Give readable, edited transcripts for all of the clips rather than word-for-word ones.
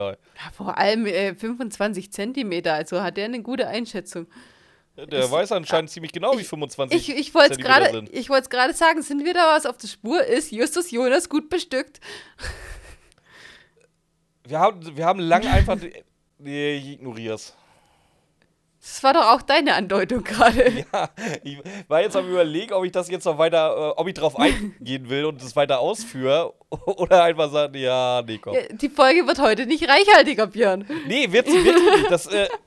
Ja, vor allem 25 Zentimeter, also hat er eine gute Einschätzung. Der weiß anscheinend ziemlich genau, wie 25 ich wollte Zentimeter sind. Ich wollte es gerade sagen, sind wir da was auf der Spur? Ist Justus Jonas gut bestückt? Wir haben lang einfach... Nee, ich ignorier's. Das war doch auch deine Andeutung gerade. Ja, ich war jetzt am Überlegen, ob ich das jetzt noch weiter, ob ich drauf eingehen will und das weiter ausführe oder einfach sagen, ja, nee, komm. Die Folge wird heute nicht reichhaltiger, Björn. Nee, wird sie wirklich nicht.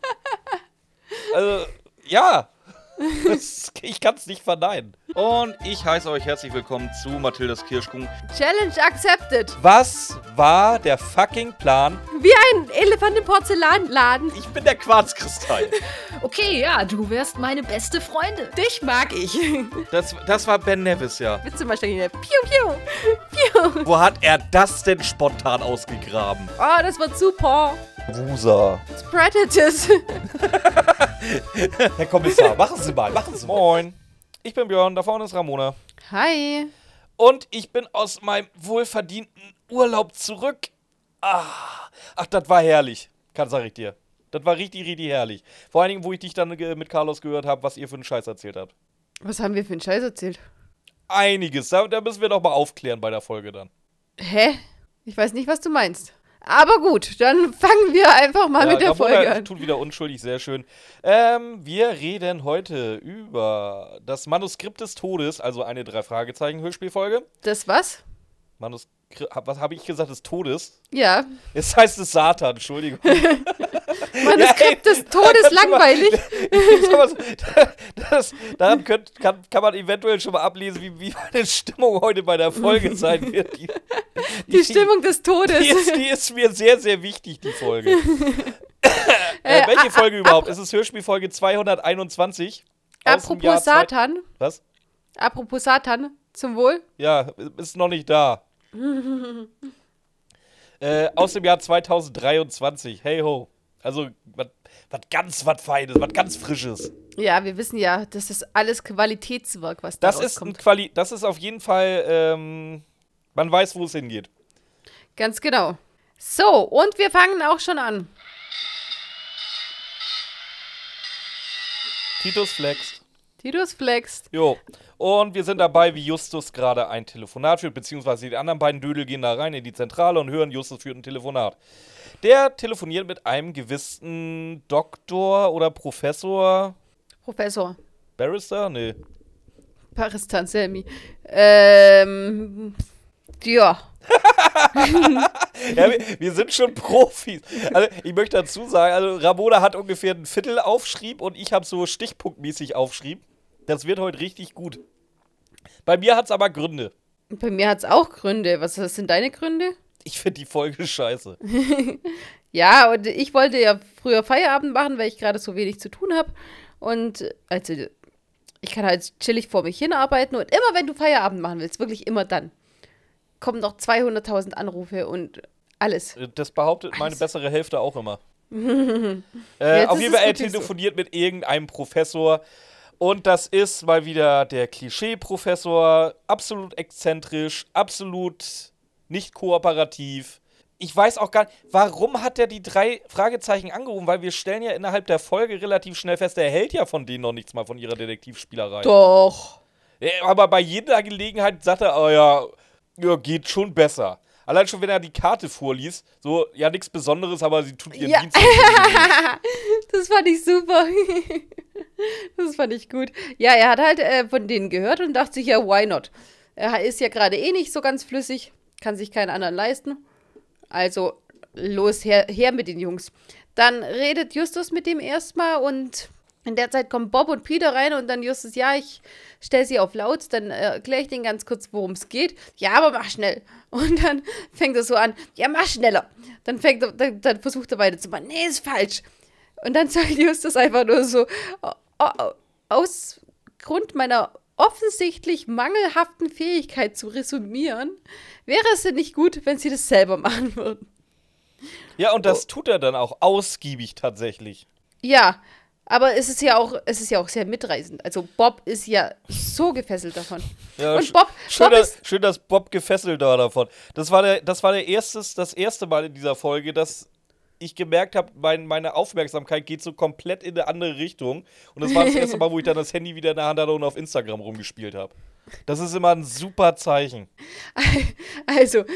Also, ja. Ich kann es nicht verneinen. Und ich heiße euch herzlich willkommen zu Mathildas Kirschkuchen. Challenge accepted. Was war der fucking Plan? Wie ein Elefant im Porzellanladen. Ich bin der Quarzkristall. Okay, ja, du wärst meine beste Freundin. Dich mag ich. Das war Ben Nevis, ja. Witze mal Piu, piu, piu. Wo hat er das denn spontan ausgegraben? Oh, das wird super. Wusa. Predators. Herr Kommissar, machen Sie mal. Moin. Ich bin Björn, da vorne ist Ramona. Hi. Und ich bin aus meinem wohlverdienten Urlaub zurück. Ach, das war herrlich. Sag ich dir. Das war richtig, richtig herrlich. Vor allen Dingen, wo ich dich dann mit Carlos gehört habe, was ihr für einen Scheiß erzählt habt. Was haben wir für einen Scheiß erzählt? Einiges. Da müssen wir doch mal aufklären bei der Folge dann. Hä? Ich weiß nicht, was du meinst. Aber gut, dann fangen wir einfach mal mit der Ramona Folge an. Tut wieder unschuldig, sehr schön. Wir reden heute über das Manuskript des Todes, also eine 3-Fragezeichen-Hörspielfolge. Das was? Was habe ich gesagt, des Todes? Ja. Jetzt heißt es Satan, Entschuldigung. Manuskript des Todes, langweilig. Daran kann man eventuell schon mal ablesen, wie meine Stimmung heute bei der Folge sein wird. Die Stimmung des Todes. Die ist mir sehr, sehr wichtig, die Folge. Welche Folge überhaupt? Es ist Hörspielfolge 221. Apropos Satan. Was? Apropos Satan, zum Wohl. Ja, ist noch nicht da. Aus dem Jahr 2023. Hey ho. Also, was Feines, was ganz Frisches. Ja, wir wissen ja, das ist alles Qualitätswerk, was da rauskommt. Das ist auf jeden Fall, man weiß, wo es hingeht. Ganz genau. So, und wir fangen auch schon an. Titus flext. Jo. Und wir sind dabei, wie Justus gerade ein Telefonat führt, beziehungsweise die anderen beiden Dödel gehen da rein in die Zentrale und hören, Justus führt ein Telefonat. Der telefoniert mit einem gewissen Doktor oder Professor. Barrister? Nee. Paristan Selmi. Ja. Ja, wir sind schon Profis. Also, ich möchte dazu sagen, also Ramona hat ungefähr ein Viertel aufschrieb und ich habe so stichpunktmäßig aufschrieb. Das wird heute richtig gut. Bei mir hat's aber Gründe. Bei mir hat's auch Gründe. Was sind deine Gründe? Ich finde die Folge scheiße. Ja, und ich wollte ja früher Feierabend machen, weil ich gerade so wenig zu tun habe. Und also, ich kann halt chillig vor mich hinarbeiten. Und immer, wenn du Feierabend machen willst, wirklich immer dann, kommen noch 200.000 Anrufe und alles. Das behauptet meine alles. Bessere Hälfte auch immer. Ja, auf jeden Fall, er so. telefoniert mit irgendeinem Professor. Und das ist mal wieder der Klischee-Professor. Absolut exzentrisch, absolut nicht kooperativ. Ich weiß auch gar nicht, warum hat er die 3 Fragezeichen angerufen? Weil wir stellen ja innerhalb der Folge relativ schnell fest, er hält ja von denen noch nichts mal von ihrer Detektivspielerei. Doch. Ja, aber bei jeder Gelegenheit sagt er, oh ja, geht schon besser. Allein schon, wenn er die Karte vorliest, so, ja, nichts Besonderes, aber sie tut ihren Dienst. Das fand ich super. Das fand ich gut. Ja, er hat halt von denen gehört und dachte sich, ja, why not? Er ist ja gerade eh nicht so ganz flüssig, kann sich keinen anderen leisten. Also, los, her mit den Jungs. Dann redet Justus mit dem erstmal und in der Zeit kommen Bob und Peter rein und dann Justus, ja, ich stelle sie auf laut, dann erkläre ich denen ganz kurz, worum es geht. Ja, aber mach schnell. Und dann fängt er so an, ja, mach schneller. Dann versucht er weiterzumachen, nee, ist falsch. Und dann sagt Justus einfach nur so, aus Grund meiner offensichtlich mangelhaften Fähigkeit zu resümieren, wäre es denn nicht gut, wenn sie das selber machen würden. Ja, und das tut er dann auch ausgiebig tatsächlich. Ja, aber es ist ja auch sehr mitreißend. Also Bob ist ja so gefesselt davon. Ja, und Bob schön, dass Bob gefesselt war davon. Das war das erste Mal in dieser Folge, dass ich gemerkt habe, meine Aufmerksamkeit geht so komplett in eine andere Richtung. Und das war das erste Mal, wo ich dann das Handy wieder in der Hand hatte und auf Instagram rumgespielt habe. Das ist immer ein super Zeichen. Also,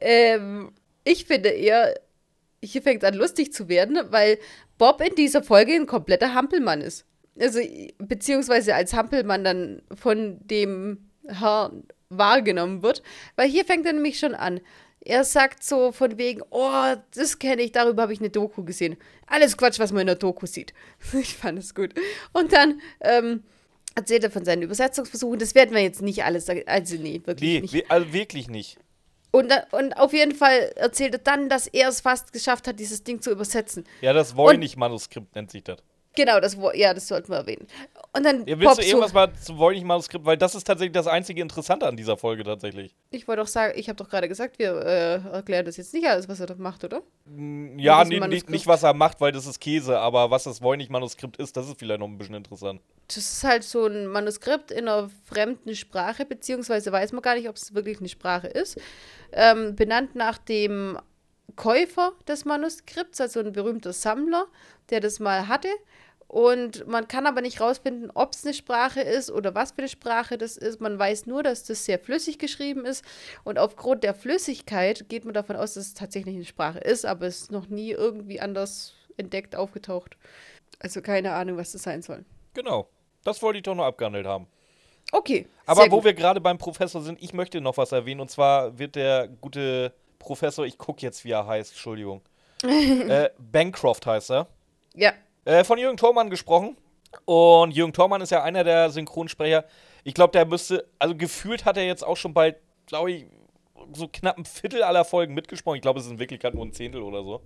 ich finde eher, hier fängt es an lustig zu werden, weil Bob in dieser Folge ein kompletter Hampelmann ist. Also, beziehungsweise als Hampelmann dann von dem Herrn wahrgenommen wird. Weil hier fängt er nämlich schon an. Er sagt so von wegen, oh, das kenne ich, darüber habe ich eine Doku gesehen. Alles Quatsch, was man in der Doku sieht. Ich fand es gut. Und dann erzählt er von seinen Übersetzungsversuchen. Das werden wir jetzt nicht alles sagen. Also nee, wirklich nicht. Also wirklich nicht. Und auf jeden Fall erzählt er dann, dass er es fast geschafft hat, dieses Ding zu übersetzen. Ja, das Voynich-Manuskript nennt sich das. Genau, das sollten wir erwähnen. Und dann Ja, willst du irgendwas mal zum Voynich-Manuskript? Weil das ist tatsächlich das einzige Interessante an dieser Folge tatsächlich. Ich wollte doch sagen, ich habe doch gerade gesagt, wir erklären das jetzt nicht alles, was er da macht, oder? Ja, nee, nicht was er macht, weil das ist Käse, aber was das Voynich-Manuskript ist, das ist vielleicht noch ein bisschen interessant. Das ist halt so ein Manuskript in einer fremden Sprache, beziehungsweise weiß man gar nicht, ob es wirklich eine Sprache ist. Benannt nach dem Käufer des Manuskripts, also ein berühmter Sammler, der das mal hatte. Und man kann aber nicht rausfinden, ob es eine Sprache ist oder was für eine Sprache das ist. Man weiß nur, dass das sehr flüssig geschrieben ist. Und aufgrund der Flüssigkeit geht man davon aus, dass es tatsächlich eine Sprache ist, aber es ist noch nie irgendwie anders entdeckt, aufgetaucht. Also keine Ahnung, was das sein soll. Genau. Das wollte ich doch noch abgehandelt haben. Okay. Aber wo wir gerade beim Professor sind, ich möchte noch was erwähnen. Und zwar wird der gute Professor, ich gucke jetzt, wie er heißt, Entschuldigung. Bancroft heißt er. Ja. Von Jürgen Thormann gesprochen. Und Jürgen Thormann ist ja einer der Synchronsprecher. Ich glaube, der müsste, also gefühlt hat er jetzt auch schon bald, glaube ich, so knapp ein Viertel aller Folgen mitgesprochen. Ich glaube, es ist in Wirklichkeit nur ein Zehntel oder so.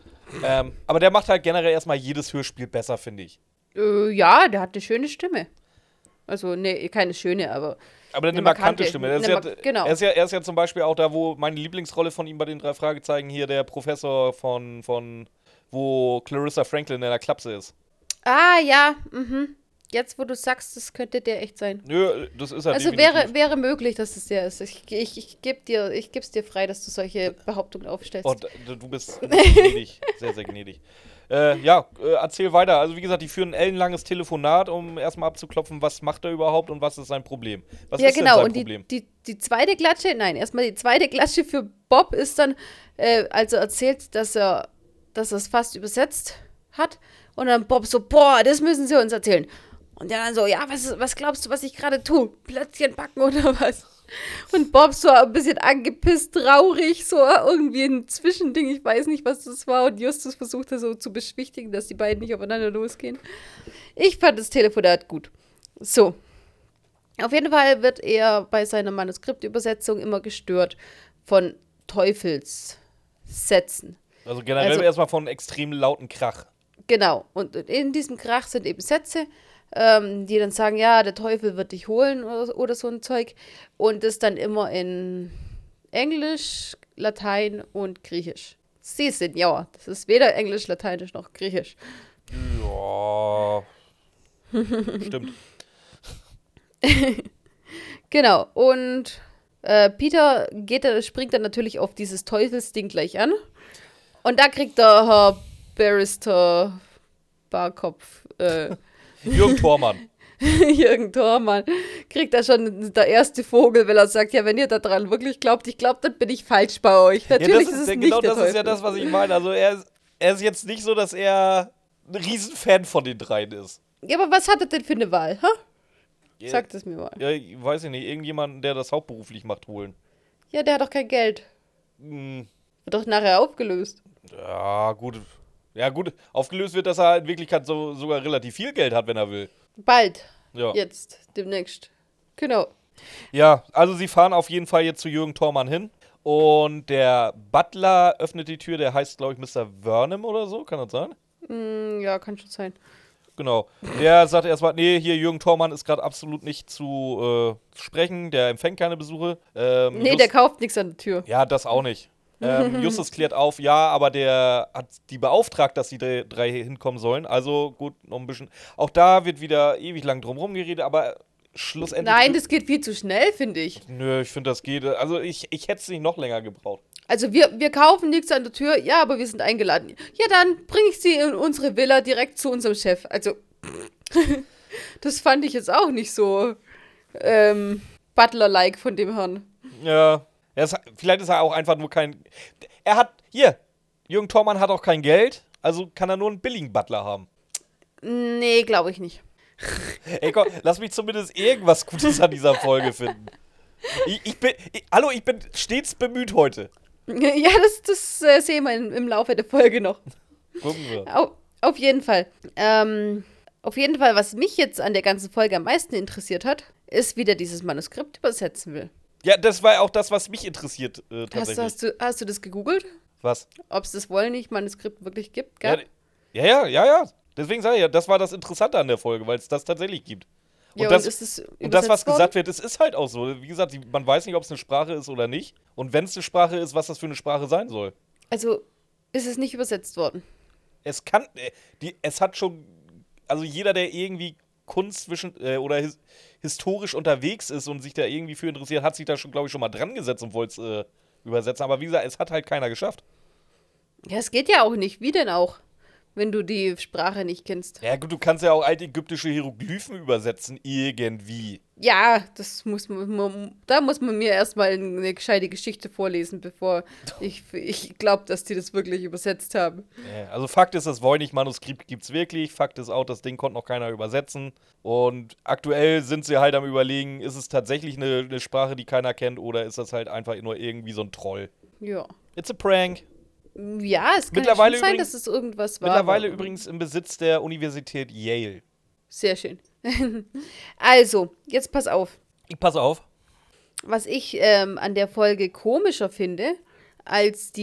Aber der macht halt generell erstmal jedes Hörspiel besser, finde ich. Ja, der hat eine schöne Stimme. Also, nee, keine schöne, aber eine markante Stimme. Genau. Er ist ja zum Beispiel auch da, wo meine Lieblingsrolle von ihm bei den 3 Fragezeichen hier, der Professor von wo Clarissa Franklin in der Klapse ist. Ah, ja, Jetzt, wo du sagst, das könnte der echt sein. Nö, das ist er also definitiv. wäre möglich, dass es der ist. Ich geb's dir frei, dass du solche Behauptungen aufstellst. Oh, du bist gnädig. Sehr, sehr gnädig. Erzähl weiter. Also wie gesagt, die führen ein ellenlanges Telefonat, um erstmal abzuklopfen, was macht er überhaupt und was ist sein Problem. Was ist denn sein Problem? Und die zweite Klatsche, erstmal die zweite Klatsche für Bob ist dann, als er erzählt, dass er es fast übersetzt hat. Und dann Bob so, boah, das müssen Sie uns erzählen. Und der dann so, ja, was glaubst du, was ich gerade tue? Plätzchen backen oder was? Und Bob so ein bisschen angepisst, traurig, so irgendwie ein Zwischending, ich weiß nicht, was das war. Und Justus versuchte so zu beschwichtigen, dass die beiden nicht aufeinander losgehen. Ich fand das Telefonat gut. So. Auf jeden Fall wird er bei seiner Manuskriptübersetzung immer gestört von Teufelssätzen. Also generell erstmal von extrem lauten Krach. Genau. Und in diesem Krach sind eben Sätze, die dann sagen, ja, der Teufel wird dich holen oder so ein Zeug. Und das dann immer in Englisch, Latein und Griechisch. Sie sind, ja, das ist weder Englisch, Lateinisch noch Griechisch. Ja. Stimmt. Genau. Und Peter springt dann natürlich auf dieses Teufelsding gleich an. Und da kriegt der Herr Barrister Barkopf, Jürgen Thormann. Jürgen Thormann kriegt da schon der erste Vogel, weil er sagt, ja, wenn ihr daran wirklich glaubt, ich glaube, dann bin ich falsch bei euch. Natürlich ist es nicht genau der das Teufel. ist ja das, was ich meine. Also er ist jetzt nicht so, dass er ein Riesenfan von den dreien ist. Ja, aber was hat er denn für eine Wahl? Sagt es mir mal. Ja, ich weiß nicht, irgendjemanden, der das hauptberuflich macht, holen. Ja, der hat doch kein Geld. Wird doch nachher aufgelöst. Ja, gut. Ja, gut. Aufgelöst wird, dass er in Wirklichkeit sogar relativ viel Geld hat, wenn er will. Bald. Ja. Jetzt. Demnächst. Genau. Ja, also sie fahren auf jeden Fall jetzt zu Jürgen Thormann hin. Und der Butler öffnet die Tür, der heißt, glaube ich, Mr. Vernon oder so, kann das sein? Ja, kann schon sein. Genau. Der sagt erstmal, nee, hier Jürgen Thormann ist gerade absolut nicht zu sprechen, der empfängt keine Besuche. Der kauft nichts an der Tür. Ja, das auch nicht. Justus klärt auf, ja, aber der hat die beauftragt, dass die drei hinkommen sollen. Also gut, noch ein bisschen. Auch da wird wieder ewig lang drum geredet, aber schlussendlich. Nein, das geht viel zu schnell, finde ich. Nö, ich finde, das geht. Also ich hätte es nicht noch länger gebraucht. Also wir kaufen nichts an der Tür, ja, aber wir sind eingeladen. Ja, dann bringe ich sie in unsere Villa direkt zu unserem Chef. Also, das fand ich jetzt auch nicht so Butler-like von dem Herrn. Ja. Vielleicht ist er auch einfach nur kein. Jürgen Thormann hat auch kein Geld, also kann er nur einen billigen Butler haben. Nee, glaube ich nicht. Ey, komm, lass mich zumindest irgendwas Gutes an dieser Folge finden. Ich bin stets bemüht heute. Ja, das sehen wir im Laufe der Folge noch. Gucken wir. Auf jeden Fall. Auf jeden Fall, was mich jetzt an der ganzen Folge am meisten interessiert hat, ist, wie der dieses Manuskript übersetzen will. Ja, das war auch das, was mich interessiert, tatsächlich. Hast du das gegoogelt? Was? Ob es das Wollnich-Manuskript wirklich gibt? Gab? Ja. Deswegen sage ich ja, das war das Interessante an der Folge, weil es das tatsächlich gibt. Und, Ja, das, ist es und das, was übersetzt worden? gesagt wird, es ist halt auch so. Wie gesagt, man weiß nicht, ob es eine Sprache ist oder nicht. Und wenn es eine Sprache ist, was das für eine Sprache sein soll. Also, ist es nicht übersetzt worden? Es hat schon, also jeder, der irgendwie oder historisch unterwegs ist und sich da irgendwie für interessiert, hat sich da schon, glaube ich, schon mal dran gesetzt und wollte es übersetzen. Aber wie gesagt, es hat halt keiner geschafft. Ja, es geht ja auch nicht. Wie denn auch? Wenn du die Sprache nicht kennst. Ja gut, du kannst ja auch altägyptische Hieroglyphen übersetzen, irgendwie. Ja, da muss man mir erstmal eine gescheite Geschichte vorlesen, bevor ich glaube, dass die das wirklich übersetzt haben. Ja, also Fakt ist, das Voynich-Manuskript gibt's wirklich. Fakt ist auch, das Ding konnte noch keiner übersetzen. Und aktuell sind sie halt am Überlegen, ist es tatsächlich eine Sprache, die keiner kennt, oder ist das halt einfach nur irgendwie so ein Troll? Ja. It's a prank. Ja, es kann Mittlerweile ja schon sein, übrigens- dass es irgendwas war. Mittlerweile aber- übrigens im Besitz der Universität Yale. Sehr schön. Also, jetzt pass auf. Pass auf. Was ich an der Folge komischer finde, als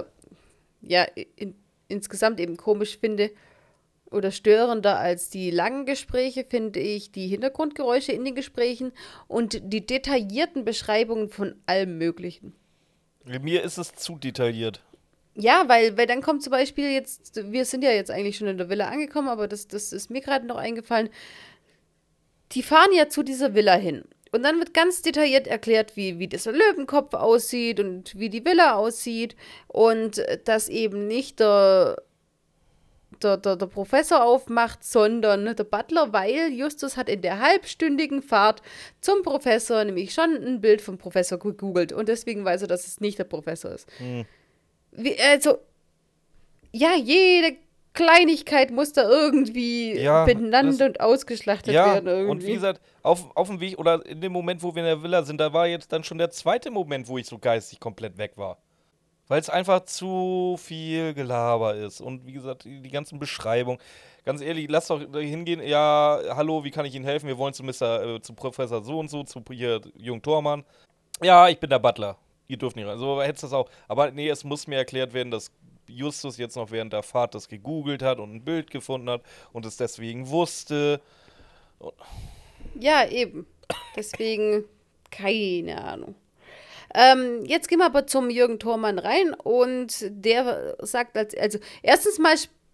insgesamt eben komisch finde oder störender als die langen Gespräche, finde ich die Hintergrundgeräusche in den Gesprächen und die detaillierten Beschreibungen von allem Möglichen. Mir ist es zu detailliert. Ja, weil dann kommt zum Beispiel jetzt, wir sind ja jetzt eigentlich schon in der Villa angekommen, aber das ist mir gerade noch eingefallen. Die fahren ja zu dieser Villa hin. Und dann wird ganz detailliert erklärt, wie dieser Löwenkopf aussieht und wie die Villa aussieht. Und dass eben nicht der Professor aufmacht, sondern der Butler, weil Justus hat in der halbstündigen Fahrt zum Professor nämlich schon ein Bild vom Professor gegoogelt. Und deswegen weiß er, dass es nicht der Professor ist. Jede Kleinigkeit muss da irgendwie benannt und ausgeschlachtet werden. Irgendwie. Und wie gesagt, auf dem Weg oder in dem Moment, wo wir in der Villa sind, da war jetzt dann schon der zweite Moment, wo ich so geistig komplett weg war. Weil es einfach zu viel Gelaber ist. Und wie gesagt, die ganzen Beschreibungen. Ganz ehrlich, lass doch hingehen. Ja, hallo, wie kann ich Ihnen helfen? Wir wollen zu Professor so und so, zu hier Jürgen Thormann. Ja, ich bin der Butler. Ihr dürft nicht rein. So hättest du das auch. Aber nee, es muss mir erklärt werden, dass Justus jetzt noch während der Fahrt das gegoogelt hat und ein Bild gefunden hat und es deswegen wusste. Ja, eben. Deswegen, keine Ahnung. Jetzt gehen wir aber zum Jürgen Thormann rein und der sagt, also erstens mal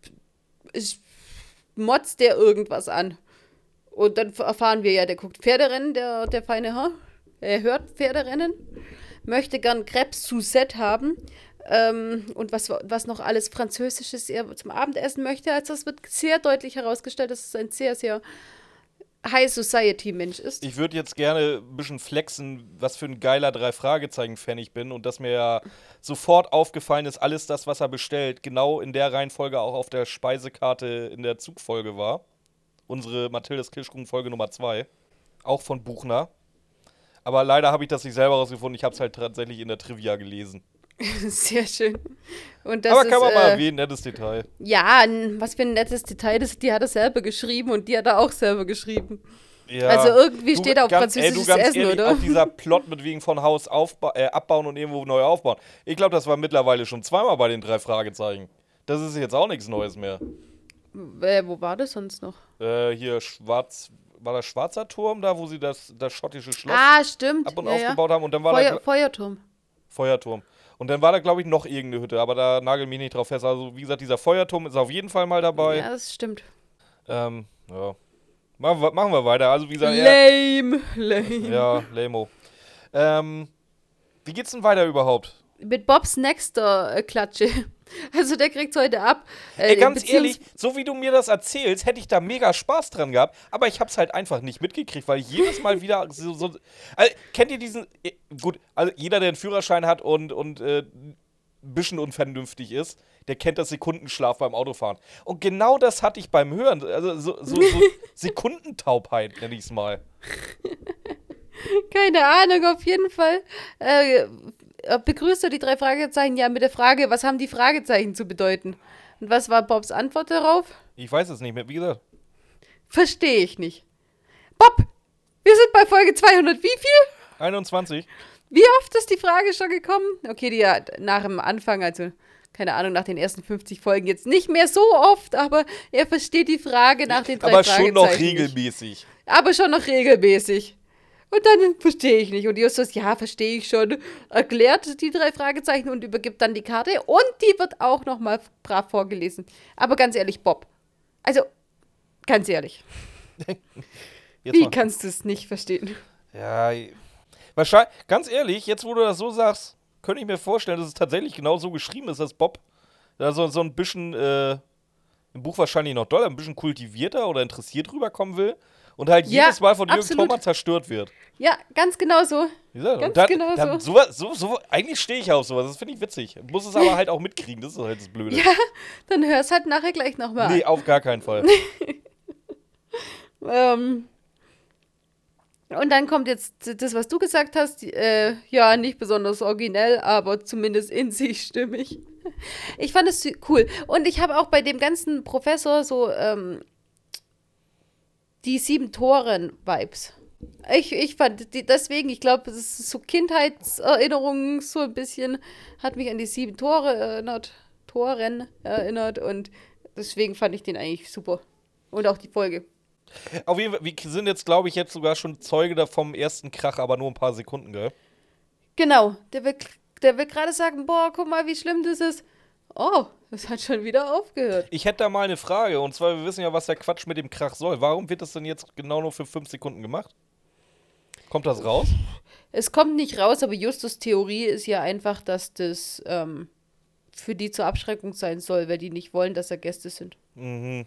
motzt der irgendwas an. Und dann erfahren wir ja, der guckt Pferderennen, der feine Herr. Er hört Pferderennen, möchte gern Crêpes Suzette haben. Und was noch alles Französisches er zum Abendessen möchte. Also das wird sehr deutlich herausgestellt, dass es ein sehr, sehr High-Society-Mensch ist. Ich würde jetzt gerne ein bisschen flexen, was für ein geiler Drei-Fragezeichen-Fan ich bin und dass mir ja sofort aufgefallen ist, alles das, was er bestellt, genau in der Reihenfolge auch auf der Speisekarte in der Zugfolge war. Unsere Mathildes Kirschkuchen-Folge Nummer 2. Auch von Buchner. Aber leider habe ich das nicht selber rausgefunden. Ich habe es halt tatsächlich in der Trivia gelesen. Sehr schön. Und das aber kann man ist, mal erwähnen, nettes Detail. Ja, was für ein nettes Detail. Die hat er selber geschrieben und die hat er auch selber geschrieben. Ja. Also irgendwie steht auf französisches Essen, ehrlich, oder? Auch dieser Plot mit wegen von Haus abbauen und irgendwo neu aufbauen. Ich glaube, das war mittlerweile schon zweimal bei den 3 Fragezeichen. Das ist jetzt auch nichts Neues mehr. Wo war das sonst noch? Hier war das Schwarzer Turm da, wo sie das schottische Schloss Stimmt. ab und aufgebaut haben. Und dann war da Feuerturm. Feuerturm. Und dann war da, glaube ich, noch irgendeine Hütte, aber da nagel mich nicht drauf fest. Also, wie gesagt, dieser Feuerturm ist auf jeden Fall mal dabei. Ja, das stimmt. Ja. Machen wir weiter. Also, wie gesagt, Lame. Ja, lamo. Wie geht's denn weiter überhaupt? mit Bobs nächster Klatsche. Also der kriegt's heute ab. Ey, ganz ehrlich, so wie du mir das erzählst, hätte ich da mega Spaß dran gehabt, aber ich hab's halt einfach nicht mitgekriegt, weil ich jedes Mal wieder also, kennt ihr diesen, gut, also jeder, der einen Führerschein hat und ein bisschen unvernünftig ist, der kennt das Sekundenschlaf beim Autofahren. Und genau das hatte ich beim Hören, also so Sekundentaubheit, nenne ich's mal. Keine Ahnung, auf jeden Fall. Begrüßt er die 3 Fragezeichen ja mit der Frage, was haben die Fragezeichen zu bedeuten? Und was war Bobs Antwort darauf? Ich weiß es nicht mehr, wie gesagt. Verstehe ich nicht. Bob, wir sind bei Folge 200. Wie viel? 21. Wie oft ist die Frage schon gekommen? Okay, die ja nach dem Anfang, also keine Ahnung, nach den ersten 50 Folgen jetzt nicht mehr so oft, aber er versteht die Frage nach den 3 Aber Fragezeichen schon noch nicht. regelmäßig. Aber schon noch regelmäßig. Und dann verstehe ich nicht. Und Justus, ja, verstehe ich schon, erklärt die 3 Fragezeichen und übergibt dann die Karte. Und die wird auch nochmal brav vorgelesen. Aber ganz ehrlich, Bob. Also, ganz ehrlich. Jetzt Wie mal. kannst du es nicht verstehen? Ja, wahrscheinlich, ganz ehrlich, jetzt wo du das so sagst, könnte ich mir vorstellen, dass es tatsächlich genau so geschrieben ist, dass Bob da so ein bisschen, im Buch wahrscheinlich noch doller, ein bisschen kultivierter oder interessiert rüberkommen will und halt Ja, jedes Mal von Jürgen absolut. Thoma zerstört wird. Ja, ganz genau so. Wie gesagt, Ganz und dann, genau dann eigentlich stehe ich auf sowas, das finde ich witzig. Muss es aber halt auch mitkriegen, das ist halt das Blöde. Ja, dann hör's halt nachher gleich nochmal Nee, auf gar keinen Fall. an. Und dann kommt jetzt das, was du gesagt hast. Ja, nicht besonders originell, aber zumindest in sich stimmig. Ich fand es cool. Und ich habe auch bei dem ganzen Professor so die 7 Toren-Vibes. Ich fand deswegen, ich glaube, es ist so Kindheitserinnerungen, so ein bisschen, hat mich an die 7 Toren erinnert und deswegen fand ich den eigentlich super. Und auch die Folge. Auf jeden Fall, wir sind jetzt, glaube ich, jetzt sogar schon Zeuge vom ersten Krach, aber nur ein paar Sekunden, gell? Genau, der will gerade sagen, boah, guck mal, wie schlimm das ist. Oh, das hat schon wieder aufgehört. Ich hätte da mal eine Frage, und zwar, wir wissen ja, was der Quatsch mit dem Krach soll. Warum wird das denn jetzt genau nur für 5 Sekunden gemacht? Kommt das raus? Es kommt nicht raus, aber Justus' Theorie ist ja einfach, dass das für die zur Abschreckung sein soll, weil die nicht wollen, dass da Gäste sind. Mhm.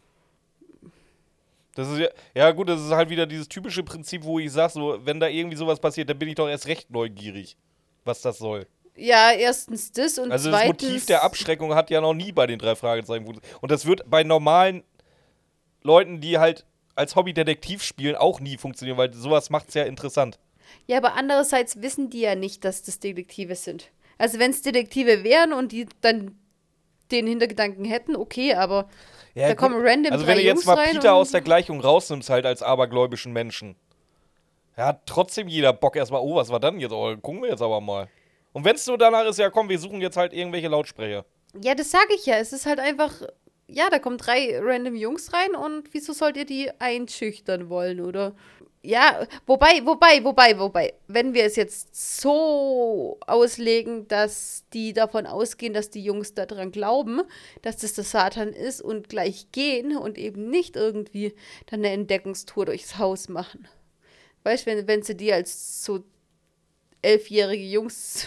Das ist ja gut, das ist halt wieder dieses typische Prinzip, wo ich sage, so, wenn da irgendwie sowas passiert, dann bin ich doch erst recht neugierig, was das soll. Ja, erstens das und Also das zweitens... Motiv der Abschreckung hat ja noch nie bei den 3 Fragezeichen funktioniert. Und das wird bei normalen Leuten, die halt als Hobbydetektiv spielen, auch nie funktionieren, weil sowas macht's ja interessant. Ja, aber andererseits wissen die ja nicht, dass das Detektive sind. Also wenn es Detektive wären und die dann den Hintergedanken hätten, okay, aber Ja, da gut. kommen random Also 3 wenn du jetzt Jungs mal rein Peter und- aus der Gleichung rausnimmst, halt als abergläubischen Menschen, ja, hat trotzdem jeder Bock erstmal, oh, was war dann jetzt? Oh, gucken wir jetzt aber mal. Und wenn es so danach ist, ja komm, wir suchen jetzt halt irgendwelche Lautsprecher. Ja, das sage ich ja. Es ist halt einfach, ja, da kommen 3 random Jungs rein und wieso sollt ihr die einschüchtern wollen, oder? Ja, wobei, wenn wir es jetzt so auslegen, dass die davon ausgehen, dass die Jungs daran glauben, dass das der Satan ist und gleich gehen und eben nicht irgendwie dann eine Entdeckungstour durchs Haus machen. Weißt du, wenn sie die als so 11-jährige Jungs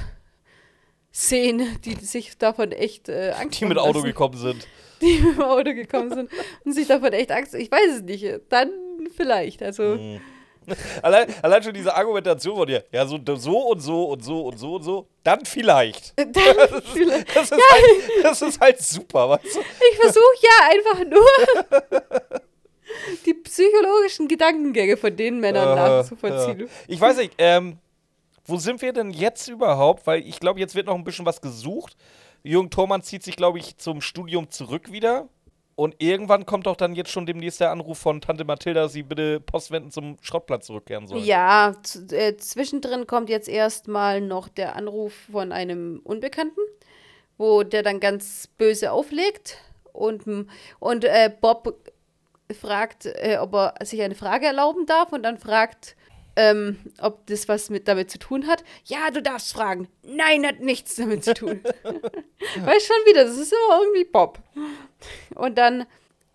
sehen, die sich davon echt Angst Die mit machen Auto lassen. gekommen sind. Die mit dem Auto gekommen sind und sich davon echt Angst, ich weiß es nicht, dann vielleicht, also Allein schon diese Argumentation von dir, ja, so und so und so und so und so und so, dann vielleicht. dann vielleicht. Das ist halt super, weißt du? Ich versuche ja einfach nur die psychologischen Gedankengänge von den Männern nachzuvollziehen. Ja. Ich weiß nicht, wo sind wir denn jetzt überhaupt? Weil ich glaube, jetzt wird noch ein bisschen was gesucht. Jürgen Thormann zieht sich, glaube ich, zum Studium zurück wieder. Und irgendwann kommt doch dann jetzt schon demnächst der Anruf von Tante Mathilda, dass sie bitte postwendend zum Schrottplatz zurückkehren soll. Ja, zwischendrin kommt jetzt erstmal noch der Anruf von einem Unbekannten, wo der dann ganz böse auflegt und Bob fragt, ob er sich eine Frage erlauben darf und dann fragt, ob das was damit zu tun hat. Ja, du darfst fragen. Nein, hat nichts damit zu tun. Weißt schon wieder, das ist immer irgendwie Bob. Und dann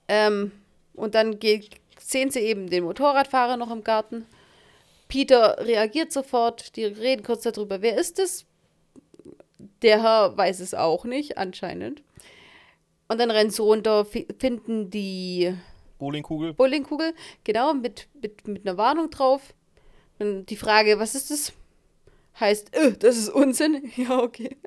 sehen sie eben den Motorradfahrer noch im Garten. Peter reagiert sofort, die reden kurz darüber, wer ist es? Der Herr weiß es auch nicht, anscheinend. Und dann rennen sie runter, finden die Bowlingkugel, genau, mit einer Warnung drauf. Und die Frage, was ist das? Heißt, das ist Unsinn. Ja, okay.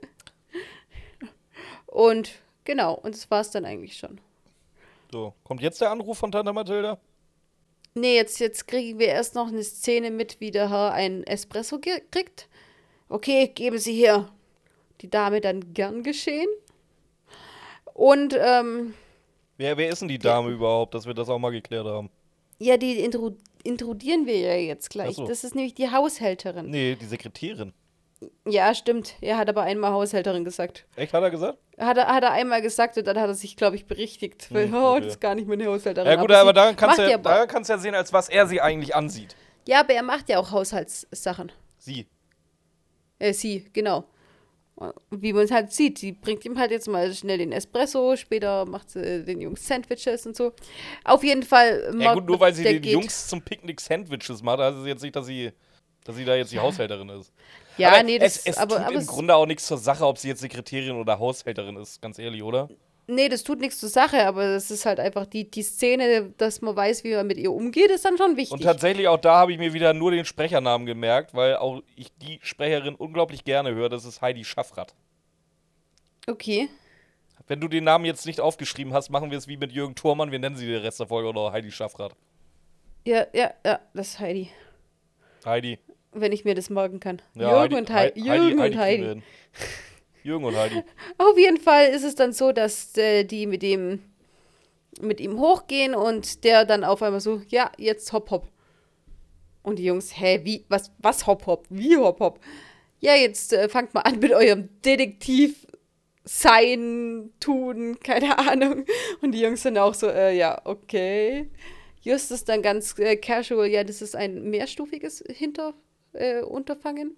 Und genau, und das war es dann eigentlich schon. So, kommt jetzt der Anruf von Tante Mathilda? Nee, jetzt kriegen wir erst noch eine Szene mit, wie der Herr einen Espresso kriegt. Okay, geben Sie her. Die Dame dann gern geschehen. Und, Wer ist denn die Dame überhaupt, dass wir das auch mal geklärt haben? ja, die intrudieren wir ja jetzt gleich. Ach so. Das ist nämlich die Haushälterin. Nee, die Sekretärin. Ja, stimmt. Er hat aber einmal Haushälterin gesagt. Echt, hat er gesagt? Hat er einmal gesagt und dann hat er sich, glaube ich, berichtigt. Weil, okay. das ist gar nicht meine Haushälterin. Ja gut, aber daran kannst macht du ja sehen, als was er sie eigentlich ansieht. Ja, aber er macht ja auch Haushaltssachen. Sie. Sie, genau. Wie man es halt sieht, sie bringt ihm halt jetzt mal schnell den Espresso, später macht sie den Jungs Sandwiches und so. Auf jeden Fall. Ja gut, nur weil sie den Jungs zum Picknick Sandwiches macht, heißt es jetzt nicht, dass sie da jetzt die Haushälterin ist. Ja, aber nee, es tut im Grunde auch nichts zur Sache, ob sie jetzt Sekretärin oder Haushälterin ist, ganz ehrlich, oder? Nee, das tut nichts zur Sache, aber es ist halt einfach die Szene, dass man weiß, wie man mit ihr umgeht, ist dann schon wichtig. Und tatsächlich auch da habe ich mir wieder nur den Sprechernamen gemerkt, weil auch ich die Sprecherin unglaublich gerne höre, das ist Heidi Schaffrath. Okay. Wenn du den Namen jetzt nicht aufgeschrieben hast, machen wir es wie mit Jürgen Thormann, wir nennen sie den Rest der Folge oder Heidi Schaffrath. Ja, das ist Heidi. Heidi. Wenn ich mir das merken kann. Ja, Jürgen und Heidi. Jürgen und Heidi. Jürgen und Heidi. Auf jeden Fall ist es dann so, dass die mit ihm hochgehen und der dann auf einmal so, ja, jetzt hopp hopp. Und die Jungs, wie, was hopp hopp? Wie hopp hopp? Ja, jetzt fangt mal an mit eurem Detektiv sein, tun, keine Ahnung. Und die Jungs sind auch so, ja, okay. Justus dann ganz casual, ja, das ist ein mehrstufiges Unterfangen.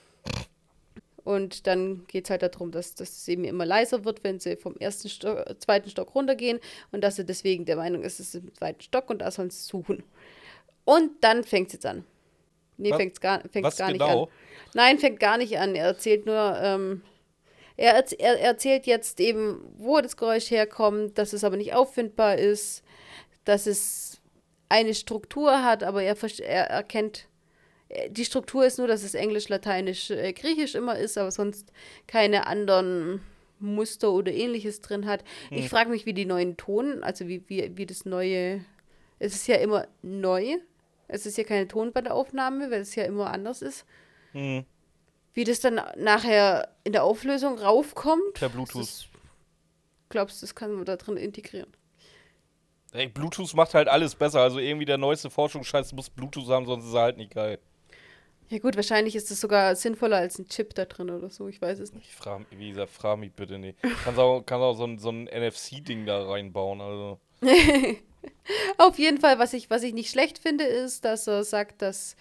Und dann geht es halt darum, dass es eben immer leiser wird, wenn sie vom zweiten Stock runtergehen und dass sie deswegen der Meinung ist, es ist im zweiten Stock und da sollen sie suchen. Und dann fängt es jetzt an. Nee, fängt gar nicht an. Nein, fängt gar nicht an. Er erzählt nur, er erzählt jetzt eben, wo das Geräusch herkommt, dass es aber nicht auffindbar ist, dass es eine Struktur hat, aber er erkennt, die Struktur ist nur, dass es Englisch, Lateinisch, Griechisch immer ist, aber sonst keine anderen Muster oder Ähnliches drin hat. Ich frage mich, wie die neuen Ton, also wie das neue, es ist ja immer neu, es ist ja keine Tonbandaufnahme, weil es ja immer anders ist. Wie das dann nachher in der Auflösung raufkommt. Per Bluetooth. Glaubst du, das kann man da drin integrieren? Ey, Bluetooth macht halt alles besser. Also irgendwie der neueste Forschungsscheiß muss Bluetooth haben, sonst ist er halt nicht geil. Ja gut, wahrscheinlich ist es sogar sinnvoller als ein Chip da drin oder so, ich weiß es nicht. Wie gesagt, frag mich bitte nicht. Kannst auch so ein NFC-Ding da reinbauen, also. Auf jeden Fall, was ich nicht schlecht finde, ist, dass er sagt, dass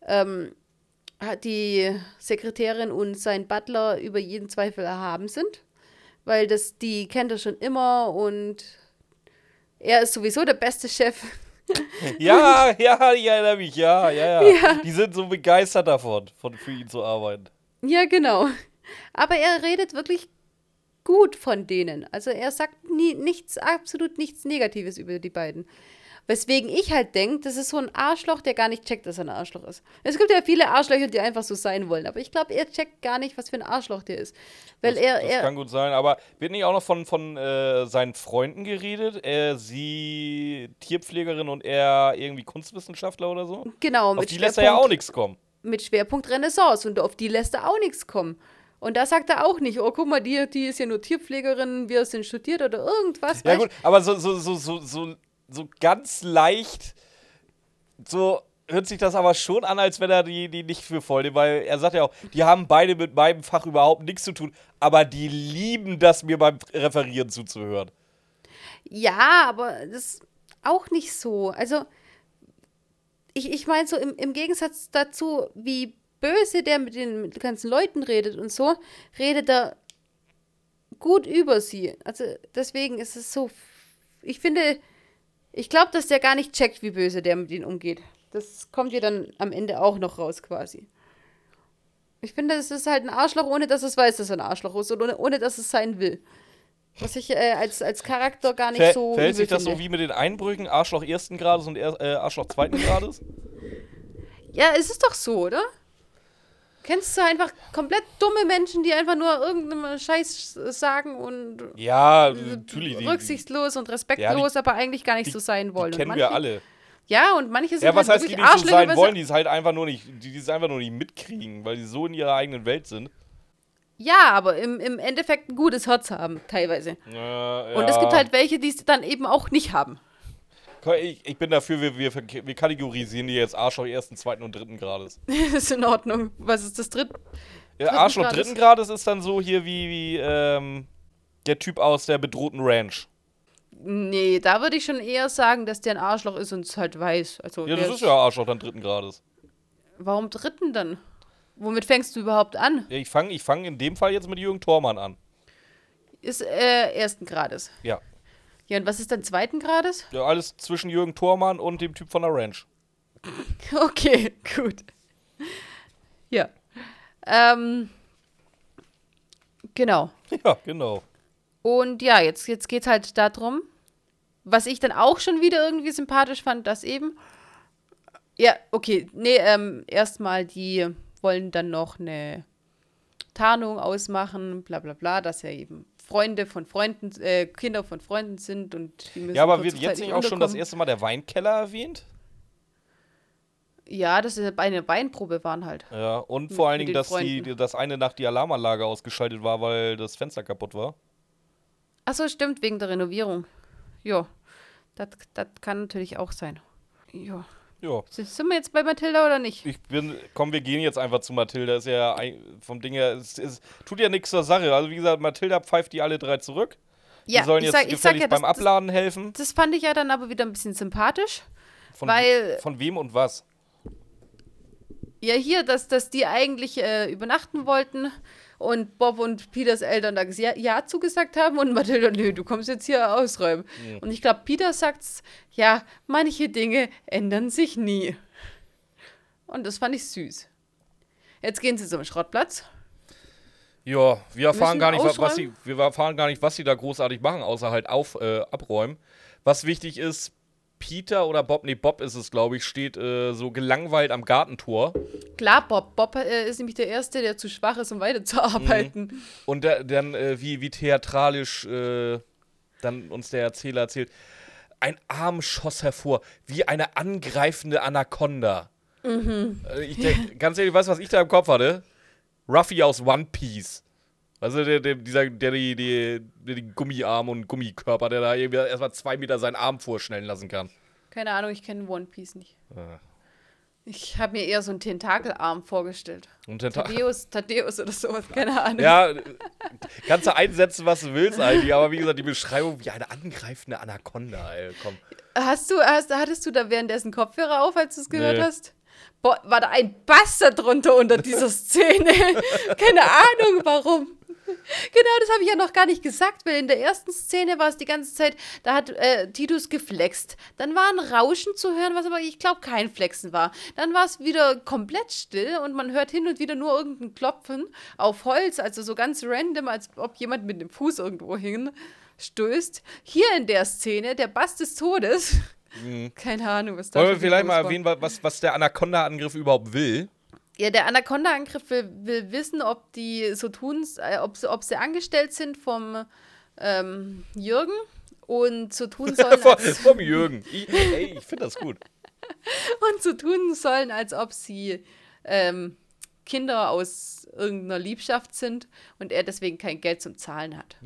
die Sekretärin und sein Butler über jeden Zweifel erhaben sind. Weil die kennt er schon immer und er ist sowieso der beste Chef. Ja, ich erinnere mich, ja. Die sind so begeistert davon, für ihn zu arbeiten. Ja, genau. Aber er redet wirklich gut von denen. Also er sagt absolut nichts Negatives über die beiden. Weswegen ich halt denke, das ist so ein Arschloch, der gar nicht checkt, dass er ein Arschloch ist. Es gibt ja viele Arschlöcher, die einfach so sein wollen. Aber ich glaube, er checkt gar nicht, was für ein Arschloch der ist. Weil das kann gut sein. Aber wird nicht auch noch von seinen Freunden geredet? Sie Tierpflegerin und er irgendwie Kunstwissenschaftler oder so? Genau. Auf die lässt er ja auch nichts kommen. Mit Schwerpunkt Renaissance. Und auf die lässt er auch nichts kommen. Und da sagt er auch nicht, oh, guck mal, die ist ja nur Tierpflegerin, wir sind studiert oder irgendwas. Ja gut, aber so ganz leicht, so hört sich das aber schon an, als wenn er die nicht für voll nimmt, weil er sagt ja auch, die haben beide mit meinem Fach überhaupt nichts zu tun, aber die lieben das, mir beim Referieren zuzuhören. Ja, aber das ist auch nicht so. Also, ich meine so im Gegensatz dazu, wie böse der mit den ganzen Leuten redet und so, redet er gut über sie. Also, deswegen ist es so, ich glaube, dass der gar nicht checkt, wie böse der mit ihnen umgeht. Das kommt ja dann am Ende auch noch raus, quasi. Ich finde, es ist halt ein Arschloch, ohne dass es weiß, dass er ein Arschloch ist und ohne dass es sein will. Was ich als Charakter gar nicht so Verhält übel sich das finde. so wie mit den Einbrüchen, Arschloch ersten Grades und Arschloch zweiten Grades? Ja, es ist doch so, oder? Kennst du einfach komplett dumme Menschen, die einfach nur irgendeinen Scheiß sagen und Ja, natürlich. rücksichtslos und respektlos, aber eigentlich gar nicht so sein wollen. Die kennen und wir alle. Ja, und manche sind Ja, was halt heißt, die wirklich nicht so Arschlöcher, sein weil wollen, sie- die es halt einfach nur nicht, die es einfach nur nicht mitkriegen, weil die so in ihrer eigenen Welt sind. Ja, aber im Endeffekt ein gutes Herz haben, teilweise. Ja. Und es gibt halt welche, die es dann eben auch nicht haben. Ich bin dafür, wir kategorisieren die jetzt Arschloch ersten, zweiten und dritten Grades. Ist in Ordnung. Was ist das dritte? Ja, Dritten Arschloch Grades. dritten Grades ist dann so hier wie der Typ aus der bedrohten Ranch. Nee, da würde ich schon eher sagen, dass der ein Arschloch ist und es halt weiß. Also Ja, der das ist ja Arschloch dann dritten Grades. Warum dritten dann? Womit fängst du überhaupt an? Ja, ich fang in dem Fall jetzt mit Jürgen Thormann an. Ist ersten Grades. Ja. Ja, und was ist dann zweiten Grades? Ja, alles zwischen Jürgen Thormann und dem Typ von der Ranch. Okay, gut. Ja. Genau. Ja, genau. Und ja, jetzt geht's halt darum, was ich dann auch schon wieder irgendwie sympathisch fand, dass eben. Ja, okay. Nee, erstmal, die wollen dann noch eine Tarnung ausmachen, bla bla bla, dass ja eben Freunde von Freunden, Kinder von Freunden sind und die müssen Ja, aber wird jetzt kurzzeitig nicht auch schon das unterkommen. erste Mal der Weinkeller erwähnt? Ja, das ist eine Weinprobe waren halt. Ja, und vor allen mit Dingen, den dass Freunden. das eine Nacht die Alarmanlage ausgeschaltet war, weil das Fenster kaputt war. Achso, stimmt, wegen der Renovierung. Ja, das kann natürlich auch sein. Ja. Ja. Sind wir jetzt bei Mathilda oder nicht? Komm, wir gehen jetzt einfach zu Mathilda. Ist ja vom Ding her, es tut ja nichts zur Sache. Also wie gesagt, Mathilda pfeift die alle drei zurück. Ja, die sollen ich jetzt sag ja, gefälligst beim Abladen helfen. das fand ich ja dann aber wieder ein bisschen sympathisch. Von, weil- von wem und was? Ja, hier, dass die eigentlich übernachten wollten und Bob und Peters Eltern da ja zugesagt haben und Mathilda, nö, du kommst jetzt hier ausräumen. Und ich glaube, Peter sagt's, ja, manche Dinge ändern sich nie. Und das fand ich süß. Jetzt gehen sie zum Schrottplatz. Ja, wir erfahren Müssen gar nicht, ausräumen? wir erfahren gar nicht, was sie da großartig machen, außer halt abräumen. Was wichtig ist, Peter oder Bob, nee, Bob ist es, glaube ich, steht so gelangweilt am Gartentor. Klar, Bob. Bob ist nämlich der Erste, der zu schwach ist, um weiterzuarbeiten. Und dann, wie theatralisch dann uns der Erzähler erzählt, ein Arm schoss hervor, wie eine angreifende Anaconda. Ich denk, ganz ehrlich, weißt du, was ich da im Kopf hatte? Ruffy aus One Piece. Also der die Gummiarm und Gummikörper, der da irgendwie erstmal 2 Meter seinen Arm vorschnellen lassen kann. Keine Ahnung, ich kenne One Piece nicht. Ah. Ich habe mir eher so einen Tentakelarm vorgestellt. Und Thaddeus oder sowas, keine Ahnung. ja, kannst du einsetzen, was du willst eigentlich, aber wie gesagt, die Beschreibung wie eine angreifende Anaconda, ey, komm. Hattest du da währenddessen Kopfhörer auf, als du es gehört Nee. hast? Boah, war da ein Bastard drunter unter dieser Szene? Keine Ahnung, warum. Genau, das habe ich ja noch gar nicht gesagt, weil in der ersten Szene war es die ganze Zeit, da hat Titus geflext. Dann war ein Rauschen zu hören, was aber ich glaube kein Flexen war. Dann war es wieder komplett still und man hört hin und wieder nur irgendein Klopfen auf Holz, also so ganz random, als ob jemand mit dem Fuß irgendwo hinstößt. Hier in der Szene, der Bass des Todes. Keine Ahnung, was da Wollen wir schon vielleicht los mal war. erwähnen, was der Anaconda-Angriff überhaupt will? Ja, der Anaconda-Angriff will wissen, ob die so tun, ob sie angestellt sind vom Jürgen und so tun sollen, Vom Jürgen. Ich finde das gut. und so tun sollen, als ob sie Kinder aus irgendeiner Liebschaft sind und er deswegen kein Geld zum Zahlen hat.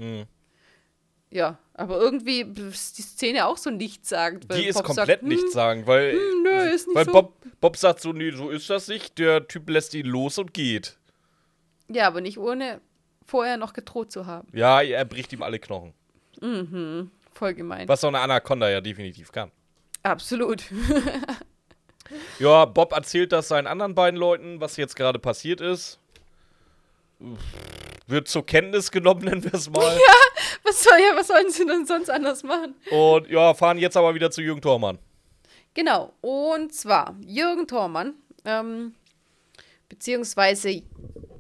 Ja, aber irgendwie ist die Szene auch so nichtssagend. weil Die ist Bob komplett sagt, nichtssagend, weil, nö, ist nicht weil so. Bob sagt so, nee, so ist das nicht. Der Typ lässt ihn los und geht. Ja, aber nicht ohne vorher noch gedroht zu haben. Ja, er bricht ihm alle Knochen. Voll gemein. Was so eine Anaconda ja definitiv kann. Absolut. Ja, Bob erzählt das seinen anderen beiden Leuten, was jetzt gerade passiert ist. Wird zur Kenntnis genommen, nennen wir es mal. Was sollen sie denn sonst anders machen? Und ja, fahren jetzt aber wieder zu Jürgen Thormann. Genau, und zwar Jürgen Thormann, beziehungsweise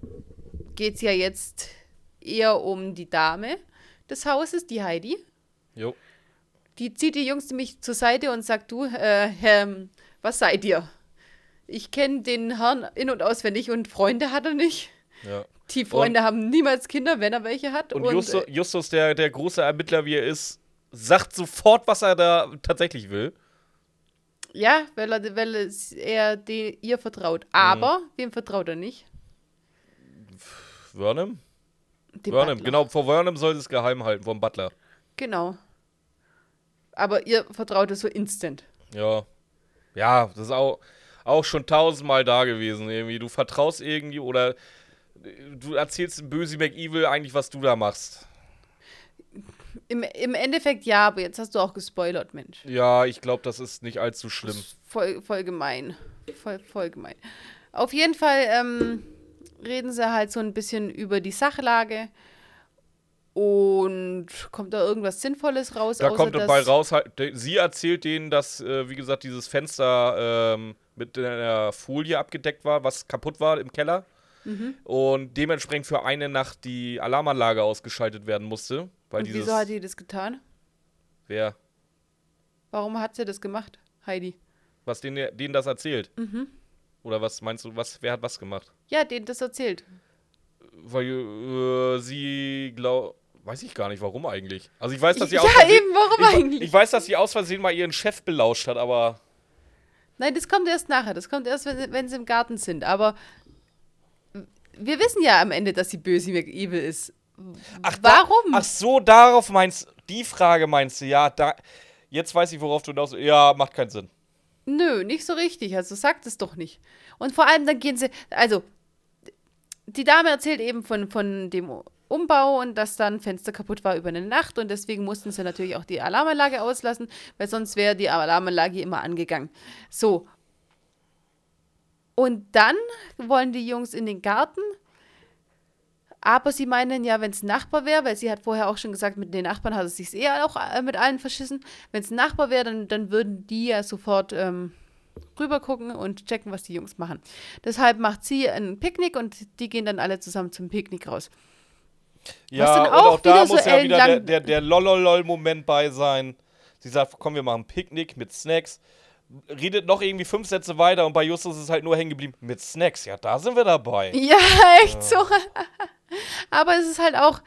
geht es ja jetzt eher um die Dame des Hauses, die Heidi. Jo. Die zieht die Jungs nämlich zur Seite und sagt, du, was seid ihr? Ich kenne den Herrn in- und auswendig und Freunde hat er nicht. Ja. Die Freunde haben niemals Kinder, wenn er welche hat. Und Justus, der große Ermittler, wie er ist, sagt sofort, was er da tatsächlich will. Ja, weil er ihr vertraut. Aber wem vertraut er nicht? Vernon? Dem Vernon, Butler. genau. Vor Vernon soll es geheim halten, vom Butler. Genau. Aber ihr vertraut es so instant. Ja. Ja, das ist auch schon 1000-mal da gewesen. Irgendwie. Du vertraust irgendwie oder du erzählst dem Böse McEvil eigentlich, was du da machst. Im Endeffekt ja, aber jetzt hast du auch gespoilert, Mensch. Ja, ich glaube, das ist nicht allzu schlimm. Voll gemein. Voll gemein. Auf jeden Fall reden sie halt so ein bisschen über die Sachlage. Und kommt da irgendwas Sinnvolles raus? Da außer kommt dass- dabei raus, sie erzählt denen, dass, wie gesagt, dieses Fenster mit einer Folie abgedeckt war, was kaputt war im Keller. Und dementsprechend für eine Nacht die Alarmanlage ausgeschaltet werden musste. Weil Und wieso hat die das getan? Wer? Warum hat sie das gemacht, Heidi? Was denen das erzählt? Oder was meinst du, wer hat was gemacht? Ja, denen das erzählt. Weil sie weiß ich gar nicht, warum eigentlich. Also ich weiß, dass sie Ja, aus Versehen, eben, warum eigentlich? Ich weiß, dass sie aus Versehen mal ihren Chef belauscht hat, aber Nein, das kommt erst nachher. Das kommt erst, wenn sie im Garten sind. Aber wir wissen ja am Ende, dass sie böse McEvil ist. Warum? Ach so, die Frage meinst du, ja, jetzt weiß ich, worauf du hinaus. Ja, macht keinen Sinn. Nö, nicht so richtig. Also sagt es doch nicht. Und vor allem dann gehen sie, also die Dame erzählt eben von dem Umbau und dass dann Fenster kaputt war über eine Nacht und deswegen mussten sie natürlich auch die Alarmanlage auslassen, weil sonst wäre die Alarmanlage immer angegangen. So. Und dann wollen die Jungs in den Garten, aber sie meinen ja, wenn es ein Nachbar wäre, weil sie hat vorher auch schon gesagt, mit den Nachbarn hat es sich auch mit allen verschissen. Wenn es ein Nachbar wäre, dann würden die ja sofort rüber gucken und checken, was die Jungs machen. Deshalb macht sie ein Picknick und die gehen dann alle zusammen zum Picknick raus. Ja, Was dann und auch auch da wieder so muss ja wieder ellenlang- der Lololol-Moment bei sein. Sie sagt, komm, wir machen ein Picknick mit Snacks. Redet noch irgendwie 5 Sätze weiter und bei Justus ist es halt nur hängen geblieben. Mit Snacks, ja, da sind wir dabei. Ja, echt so. Aber es ist halt auch,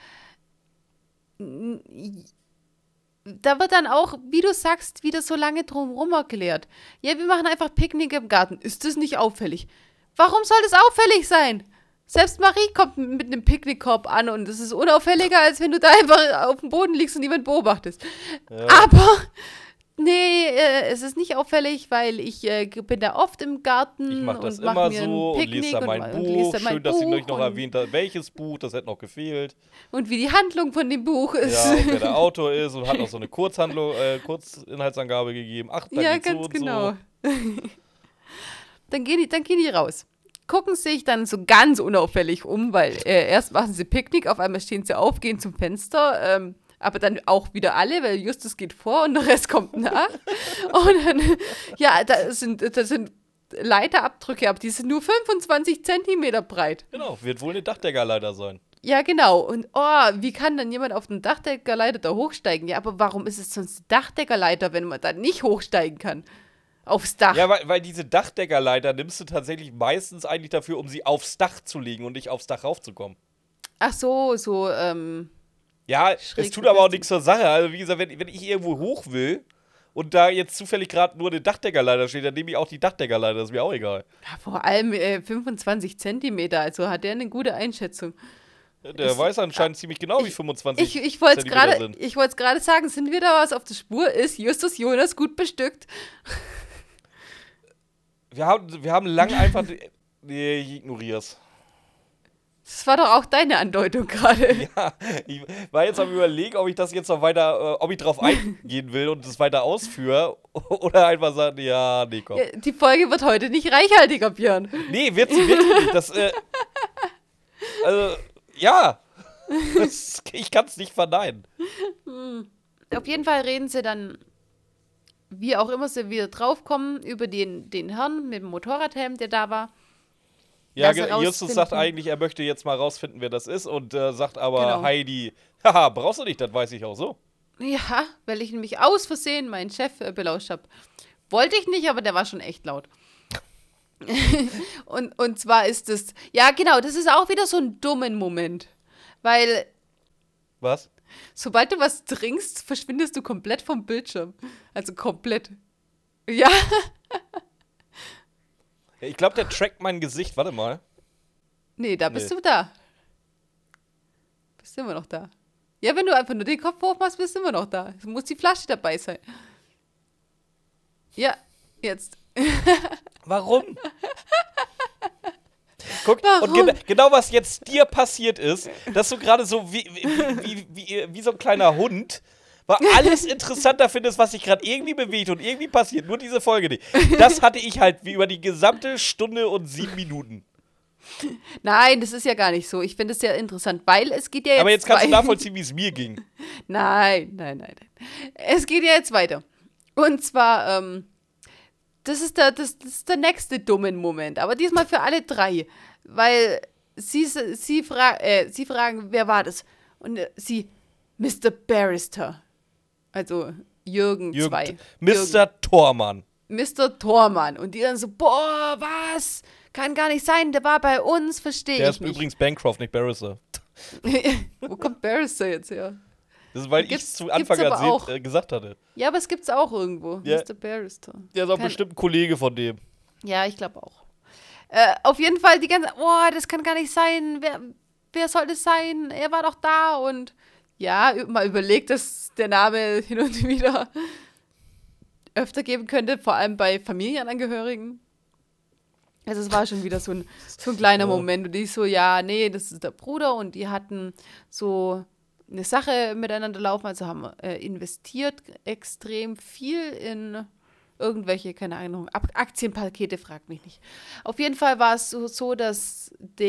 da wird dann auch, wie du sagst, wieder so lange drumherum erklärt. Ja, wir machen einfach Picknick im Garten. Ist das nicht auffällig? Warum soll das auffällig sein? Selbst Marie kommt mit einem Picknickkorb an und es ist unauffälliger, als wenn du da einfach auf dem Boden liegst und jemand beobachtest. Ja. Aber, nee, es ist nicht auffällig, weil ich bin da oft im Garten Ich mache das und mach immer mir ein so und Picknick lese da mein und lese Buch. da mein Schön, dass sie euch Buch noch und- erwähnt hat, welches Buch, das hätte noch gefehlt. Und wie die Handlung von dem Buch ist. Ja, und wer der Autor ist und hat noch so eine Kurzinhaltsangabe gegeben. Ach, da Ja, geht's so ganz und genau. so. Dann gehen die raus. Gucken sich dann so ganz unauffällig um, weil erst machen sie Picknick, auf einmal stehen sie auf, gehen zum Fenster, aber dann auch wieder alle, weil Justus geht vor und der Rest kommt nach. Und dann, ja, das sind Leiterabdrücke, aber die sind nur 25 Zentimeter breit. Genau, wird wohl eine Dachdeckerleiter sein. Ja, genau. Und wie kann dann jemand auf den Dachdeckerleiter da hochsteigen? Ja, aber warum ist es sonst eine Dachdeckerleiter, wenn man da nicht hochsteigen kann? Aufs Dach. Ja, weil diese Dachdeckerleiter nimmst du tatsächlich meistens eigentlich dafür, um sie aufs Dach zu legen und nicht aufs Dach raufzukommen. Ach so, Ja, Schräg es tut aber auch befestigt. nichts zur Sache. Also wie gesagt, wenn ich irgendwo hoch will und da jetzt zufällig gerade nur eine Dachdeckerleiter steht, dann nehme ich auch die Dachdeckerleiter, das ist mir auch egal. ja, vor allem 25 Zentimeter, also hat der eine gute Einschätzung. Der weiß anscheinend ziemlich genau, wie 25 Ich wollte es Zentimeter gerade sind. sagen, sind wir da was auf der Spur? Ist Justus Jonas gut bestückt? Wir haben lange einfach. Nee, ich ignorier's. Das war doch auch deine Andeutung gerade. Ja, ich war jetzt am Überlegen, ob ich das jetzt noch weiter, ob ich drauf eingehen will und das weiter ausführe oder einfach sagen, ja, nee, komm. Die Folge wird heute nicht reichhaltiger, Björn. Nee, wird sie wirklich nicht. Das, also, ja. Ich kann es nicht verneinen. Auf jeden Fall reden sie dann, wie auch immer sie wieder draufkommen, über den Herrn mit dem Motorradhelm, der da war. Ja, dass er Justus sagt rausfinden- eigentlich, er möchte jetzt mal rausfinden, wer das ist und sagt aber Genau. Heidi, haha, brauchst du nicht, das weiß ich auch so. Ja, weil ich nämlich aus Versehen meinen Chef belauscht habe. Wollte ich nicht, aber der war schon echt laut. und zwar ist es, ja genau, das ist auch wieder so ein dummen Moment. Weil Was? sobald du was trinkst, verschwindest du komplett vom Bildschirm. Also komplett. Ja, Ja, ich glaube, der trackt mein Gesicht, warte mal. nee, da bist Nee. du da. Bist immer noch da. Ja, wenn du einfach nur den Kopf hochmachst, bist du immer noch da. Es muss die Flasche dabei sein. Ja, jetzt. Warum? Guck, Warum? und genau was jetzt dir passiert ist, dass du gerade so wie so ein kleiner Hund, weil alles interessanter findest, was sich gerade irgendwie bewegt und irgendwie passiert, nur diese Folge nicht. Das hatte ich halt wie über die gesamte Stunde und 7 Minuten. Nein, das ist ja gar nicht so. Ich finde es sehr interessant, weil es geht ja jetzt Aber jetzt kannst du weiter. nachvollziehen, wie es mir ging. Nein. Es geht ja jetzt weiter. Und zwar, das ist der nächste dummen Moment. Aber diesmal für alle drei. Weil sie fragen, wer war das? Und sie, Mr. Barrister. Also Jürgen 2. Mr. Thormann. Mr. Thormann. Und die dann so, boah, was? Kann gar nicht sein, der war bei uns, verstehe Der ich ist nicht. übrigens Bancroft, nicht Barrister. Wo kommt Barrister jetzt her? Das ist, weil ich Gibt's- es zu Anfang gibt's aber auch. gesagt hatte. Ja, aber es gibt's auch irgendwo. Ja. Mr. Barrister. Der ist auch Kein- bestimmt ein Kollege von dem. Ja, ich glaube auch. Auf jeden Fall die ganze, oh, das kann gar nicht sein. Wer soll das sein? Er war doch da und ja, mal überlegt, dass der Name hin und wieder öfter geben könnte, vor allem bei Familienangehörigen. Also es war schon wieder so ein kleiner Ja. Moment und ich so, ja, nee, das ist der Bruder und die hatten so eine Sache miteinander laufen, also haben investiert extrem viel in irgendwelche, keine Ahnung, Aktienpakete, fragt mich nicht. Auf jeden Fall war es so, dass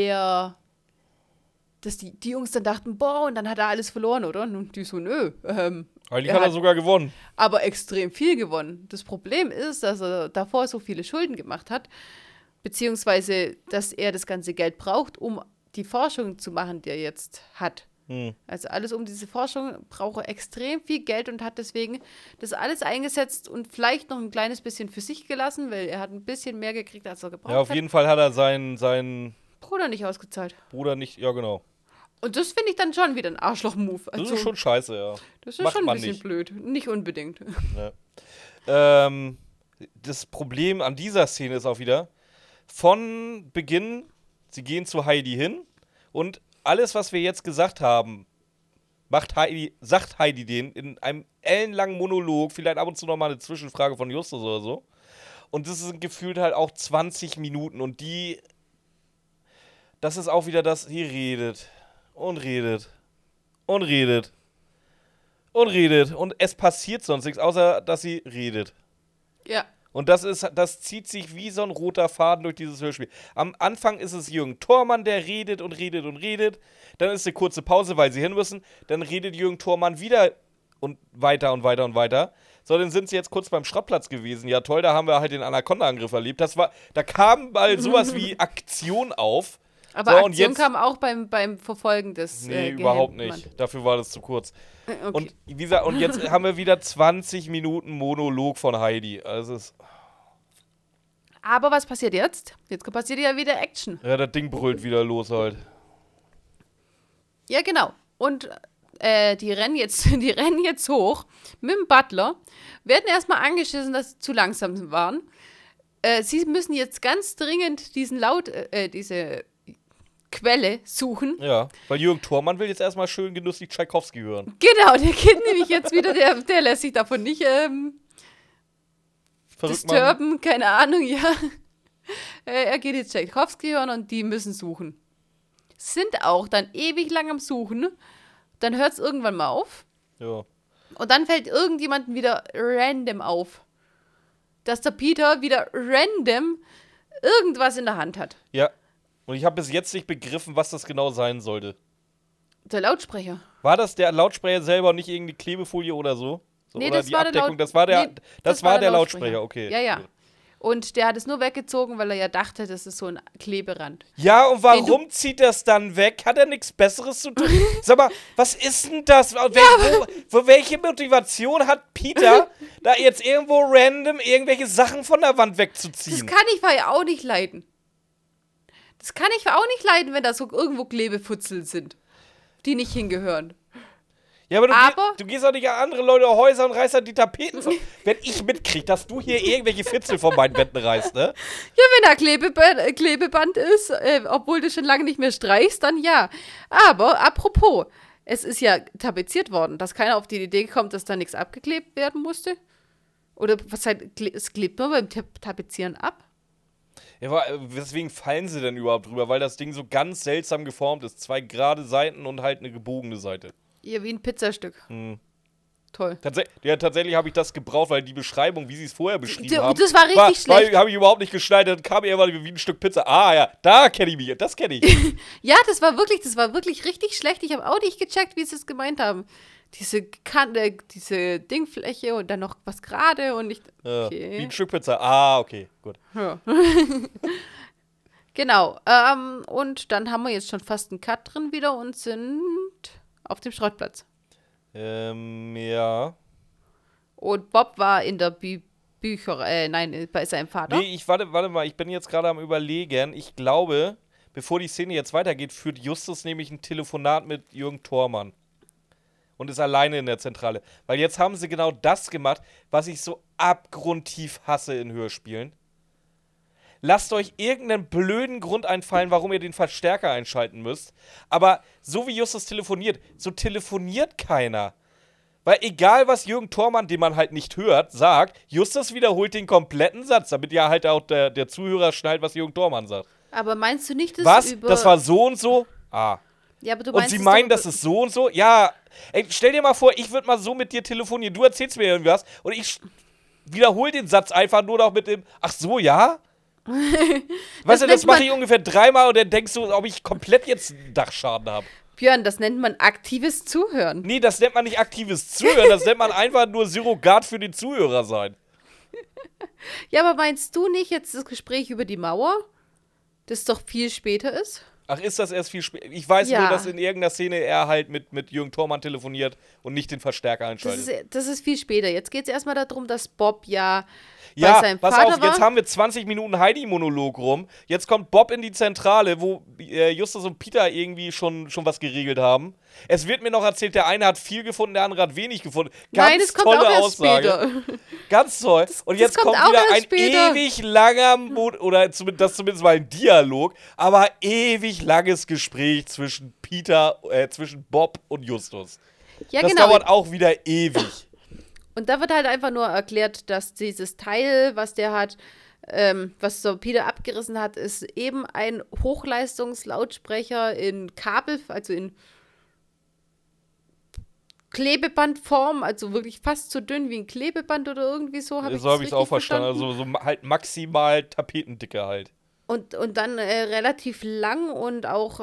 die Jungs dann dachten, boah, und dann hat er alles verloren, oder? Und die so, nö, Eigentlich Er hat er hat- sogar gewonnen. aber extrem viel gewonnen. Das Problem ist, dass er davor so viele Schulden gemacht hat, beziehungsweise, dass er das ganze Geld braucht, um die Forschung zu machen, die er jetzt hat. Also alles um diese Forschung braucht er extrem viel Geld und hat deswegen das alles eingesetzt und vielleicht noch ein kleines bisschen für sich gelassen, weil er hat ein bisschen mehr gekriegt, als er gebraucht Ja, auf hat. jeden Fall hat er seinen Bruder nicht ausgezahlt. Bruder nicht. Ja, genau. Und das finde ich dann schon wieder ein Arschloch-Move. Das Also, ist schon scheiße, ja. das ist macht schon ein man bisschen nicht. blöd. Nicht unbedingt. Das Problem an dieser Szene ist auch wieder, von Beginn, sie gehen zu Heidi hin und alles, was wir jetzt gesagt haben, sagt Heidi denen in einem ellenlangen Monolog, vielleicht ab und zu nochmal eine Zwischenfrage von Justus oder so. Und das sind gefühlt halt auch 20 Minuten und das ist auch wieder das, die redet und redet und redet und redet und es passiert sonst nichts, außer dass sie redet. Ja. Und das zieht sich wie so ein roter Faden durch dieses Hörspiel. Am Anfang ist es Jürgen Thormann, der redet und redet und redet. Dann ist eine kurze Pause, weil sie hin müssen. Dann redet Jürgen Thormann wieder und weiter und weiter und weiter. So, dann sind sie jetzt kurz beim Schrottplatz gewesen. Ja, toll, da haben wir halt den Anaconda-Angriff erlebt. Da kam mal sowas wie Aktion auf. Aber So, und Aktion jetzt- kam auch beim Verfolgen des Nee, überhaupt Geheimen nicht. Dafür war das zu kurz. Mann. Okay. Und wie gesagt, und jetzt haben wir wieder 20 Minuten Monolog von Heidi. Also Aber was passiert jetzt? Jetzt passiert ja wieder Action. ja, das Ding brüllt wieder los halt. Ja, genau. Und die rennen jetzt hoch mit dem Butler, werden erstmal angeschissen, dass sie zu langsam waren. Sie müssen jetzt ganz dringend diese Quelle suchen. Ja, weil Jürgen Thormann will jetzt erstmal schön genüsslich Tschaikowski hören. Genau, der geht nämlich jetzt wieder, der lässt sich davon nicht Verrückt, Mann. disturben, keine Ahnung, ja. Er geht jetzt Tchaikovsky hören und die müssen suchen. Sind auch dann ewig lang am Suchen. Dann hört es irgendwann mal auf. Ja. Und dann fällt irgendjemandem wieder random auf, dass der Peter wieder random irgendwas in der Hand hat. Ja. Und ich habe bis jetzt nicht begriffen, was das genau sein sollte. Der Lautsprecher. War das der Lautsprecher selber und nicht irgendeine Klebefolie oder so? Nee, oder das die war der Abdeckung? Laut- Das war der, Nee, das war der Lautsprecher, okay. Ja, ja. Und der hat es nur weggezogen, weil er ja dachte, das ist so ein Kleberand. Ja, und warum zieht er es dann weg? Hat er nichts Besseres zu tun? Sag mal, was ist denn das? Welche Motivation hat Peter, da jetzt irgendwo random irgendwelche Sachen von der Wand wegzuziehen? Das kann ich ja auch nicht leiden. Das kann ich auch nicht leiden, wenn da so irgendwo Klebefutzel sind, die nicht hingehören. Ja, aber du gehst auch nicht an andere Leute Häuser und reißt dann die Tapeten so. Wenn ich mitkriege, dass du hier irgendwelche Fitzel von meinen Wänden reißt, ne? Ja, wenn da Klebeband ist, obwohl du schon lange nicht mehr streichst, dann ja. Aber apropos, es ist ja tapeziert worden, dass keiner auf die Idee kommt, dass da nichts abgeklebt werden musste. Oder was halt, es klebt nur beim Tapezieren ab. Ja, weswegen fallen sie denn überhaupt drüber? Weil das Ding so ganz seltsam geformt ist. 2 gerade Seiten und halt eine gebogene Seite. Ja, wie ein Pizzastück. Toll. Tatsächlich habe ich das gebraucht, weil die Beschreibung, wie sie es vorher beschrieben haben, das war richtig schlecht. Habe ich überhaupt nicht geschnitten. Dann kam irgendwann wie ein Stück Pizza. Ah ja, da kenne ich mich. Das kenne ich. Ja, das war wirklich richtig schlecht. Ich habe auch nicht gecheckt, wie sie es gemeint haben. Diese Kante, diese Dingfläche und dann noch was gerade und nicht. Okay. Wie ein Stück Pizza. Ah, okay, gut. Ja. Genau. Und dann haben wir jetzt schon fast einen Cut drin wieder und sind auf dem Schrottplatz. Ja. Und Bob war in der Bücherei, bei seinem Vater. Nee, warte mal, ich bin jetzt gerade am Überlegen. Ich glaube, bevor die Szene jetzt weitergeht, führt Justus nämlich ein Telefonat mit Jürgen Thormann. Und ist alleine in der Zentrale. Weil jetzt haben sie genau das gemacht, was ich so abgrundtief hasse in Hörspielen. Lasst euch irgendeinen blöden Grund einfallen, warum ihr den Verstärker einschalten müsst. Aber so wie Justus telefoniert, so telefoniert keiner. Weil egal, was Jürgen Thormann, den man halt nicht hört, sagt, Justus wiederholt den kompletten Satz, damit ja halt auch der Zuhörer schnallt, was Jürgen Thormann sagt. Aber meinst du nicht, dass was? Das war so und so? Ah. Ja, aber du und meinst sie meinen, das ist so und so? Ja. Ey, stell dir mal vor, ich würde mal so mit dir telefonieren. Du erzählst mir irgendwas und ich wiederhole den Satz einfach nur noch mit dem, ach so, ja? Weißt du, das mache ich ungefähr 3-mal und dann denkst du, ob ich komplett jetzt einen Dachschaden habe. Björn, das nennt man aktives Zuhören. Nee, das nennt man nicht aktives Zuhören, das nennt man einfach nur Surrogat für den Zuhörer sein. Ja, aber meinst du nicht jetzt das Gespräch über die Mauer, das doch viel später ist? Ach, ist das erst viel später? Ich weiß nur, dass in irgendeiner Szene er halt mit Jürgen Thormann telefoniert und nicht den Verstärker einschaltet. Das ist viel später. Jetzt geht es erstmal darum, dass Bob bei seinem pass Vater auf, jetzt haben wir 20 Minuten Heidi-Monolog rum. Jetzt kommt Bob in die Zentrale, wo Justus und Peter irgendwie schon was geregelt haben. Es wird mir noch erzählt, der eine hat viel gefunden, der andere hat wenig gefunden. Nein, es kommt tolle auch erst Aussage. Später. Ganz toll. Und jetzt kommt wieder ein ewig langer, oder zumindest mal ein Dialog, aber ewig langes Gespräch zwischen Bob und Justus. Ja, das genau. dauert auch wieder ewig. Und da wird halt einfach nur erklärt, dass dieses Teil, was der hat, was so Peter abgerissen hat, ist eben ein Hochleistungslautsprecher in Kabel, also in Klebebandform, also wirklich fast so dünn wie ein Klebeband oder irgendwie so. So habe ich es auch verstanden. Also so halt maximal Tapetendicke halt. Und dann relativ lang und auch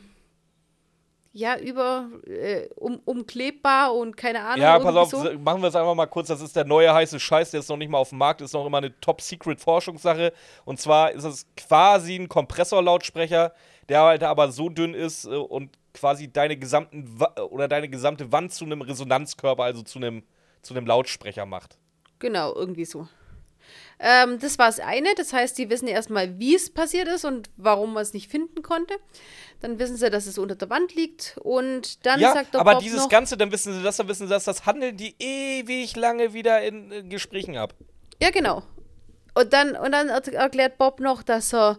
umklebbar und keine Ahnung. Ja, pass auf, so. machen wir es einfach mal kurz. Das ist der neue heiße Scheiß, der ist noch nicht mal auf dem Markt, ist noch immer eine Top-Secret-Forschungssache. Und zwar ist es quasi ein Kompressorlautsprecher, der halt aber so dünn ist und quasi deine gesamte Wand zu einem Resonanzkörper, also zu einem Lautsprecher macht. Genau, irgendwie so. Das war das eine, das heißt, die wissen erstmal, wie es passiert ist und warum man es nicht finden konnte. Dann wissen sie, dass es unter der Wand liegt und dann sagt der aber Bob dieses noch, Ganze, dann wissen sie das, das handeln die ewig lange wieder in Gesprächen ab. Ja, genau. Und dann erklärt Bob noch, dass er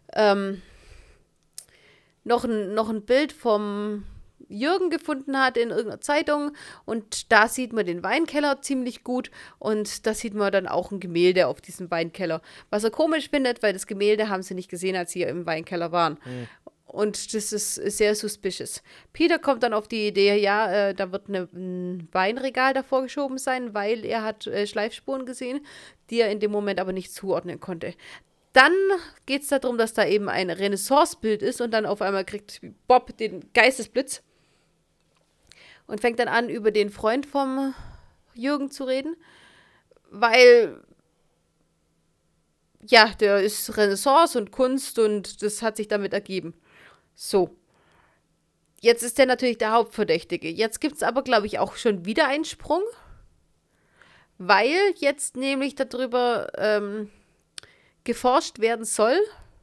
noch ein Bild vom Jürgen gefunden hat in irgendeiner Zeitung und da sieht man den Weinkeller ziemlich gut und da sieht man dann auch ein Gemälde auf diesem Weinkeller. Was er komisch findet, weil das Gemälde haben sie nicht gesehen, als sie im Weinkeller waren. Und das ist sehr suspicious. Peter kommt dann auf die Idee, da wird ein Weinregal davor geschoben sein, weil er hat Schleifspuren gesehen, die er in dem Moment aber nicht zuordnen konnte. Dann geht es darum, dass da eben ein Renaissance-Bild ist und dann auf einmal kriegt Bob den Geistesblitz und fängt dann an, über den Freund vom Jürgen zu reden, weil Ja, der ist Renaissance und Kunst und das hat sich damit ergeben. So. Jetzt ist der natürlich der Hauptverdächtige. Jetzt gibt es aber, glaube ich, auch schon wieder einen Sprung, weil jetzt nämlich darüber geforscht werden soll,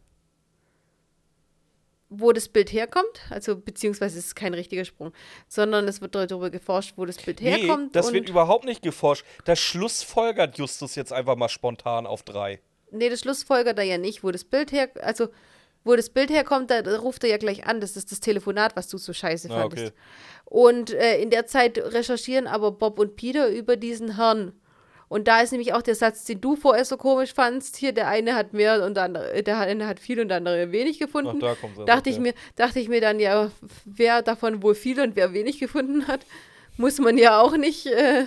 wo das Bild herkommt. Also, beziehungsweise es ist kein richtiger Sprung, sondern es wird darüber geforscht, wo das Bild herkommt. Nee, das wird überhaupt nicht geforscht. Das schlussfolgert Justus jetzt einfach mal spontan auf 3. Nee, das schlussfolgert er ja nicht, wo das Bild herkommt, da ruft er ja gleich an. Das ist das Telefonat, was du so scheiße fandest. Okay. Und in der Zeit recherchieren aber Bob und Peter über diesen Herrn. Und da ist nämlich auch der Satz, den du vorher so komisch fandst. Hier, der eine hat mehr und der eine hat viel und der andere wenig gefunden. Ach, da kommt's an, dachte okay. ich mir dann, ja, wer davon wohl viel und wer wenig gefunden hat, muss man ja auch nicht.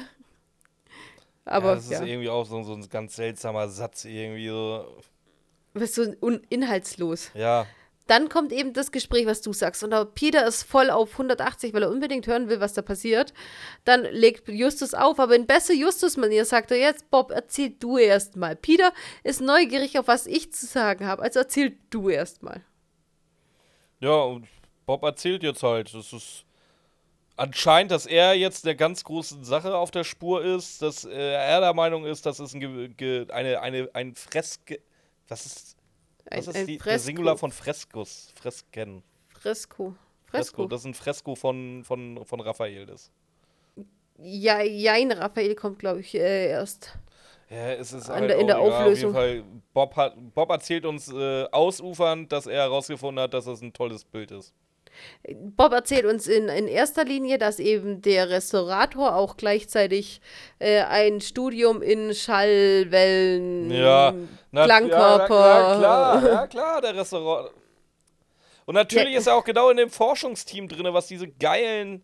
Aber Ja, das ist irgendwie auch so ein ganz seltsamer Satz irgendwie so. Was so inhaltslos. Ja. Dann kommt eben das Gespräch, was du sagst. Und Peter ist voll auf 180, weil er unbedingt hören will, was da passiert. Dann legt Justus auf, aber in bester Justus-Manier sagt er jetzt, Bob, erzähl du erst mal. Peter ist neugierig, auf was ich zu sagen habe, also erzähl du erst mal. Ja, und Bob erzählt jetzt halt, das ist anscheinend, dass er jetzt der ganz großen Sache auf der Spur ist, dass er der Meinung ist, dass es ein Freske. Was ist der Singular von Freskos? Fresken. Fresko. Das ist ein Fresko von Raphael. Das. Ja, Raphael kommt, glaube ich, erst. Ja, es ist In halt der auch, Auflösung. Ja, auf jeden Fall. Bob erzählt uns ausufernd, dass er herausgefunden hat, dass das ein tolles Bild ist. Bob erzählt uns in erster Linie, dass eben der Restaurator auch gleichzeitig ein Studium in Schallwellen, Klangkörper. Ja, klar, der Restaurator. Und natürlich ist er auch genau in dem Forschungsteam drin, was diese geilen.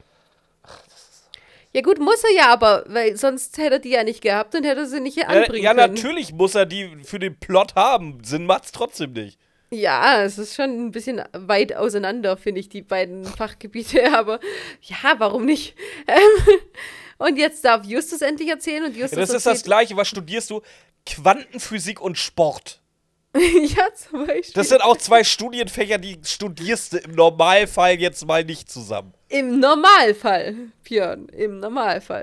Ja gut, muss er ja aber, weil sonst hätte er die ja nicht gehabt und hätte er sie nicht hier anbringen Ja, können. natürlich muss er die für den Plot haben. Sinn macht's trotzdem nicht. Ja, es ist schon ein bisschen weit auseinander, finde ich, die beiden Fachgebiete, aber ja, warum nicht? Und jetzt darf Justus endlich erzählen und Justus Das ist das Gleiche, was studierst du? Quantenphysik und Sport. Ja, zum Beispiel. Das sind auch 2 Studienfächer, die studierst du im Normalfall jetzt mal nicht zusammen. Im Normalfall, Björn, im Normalfall.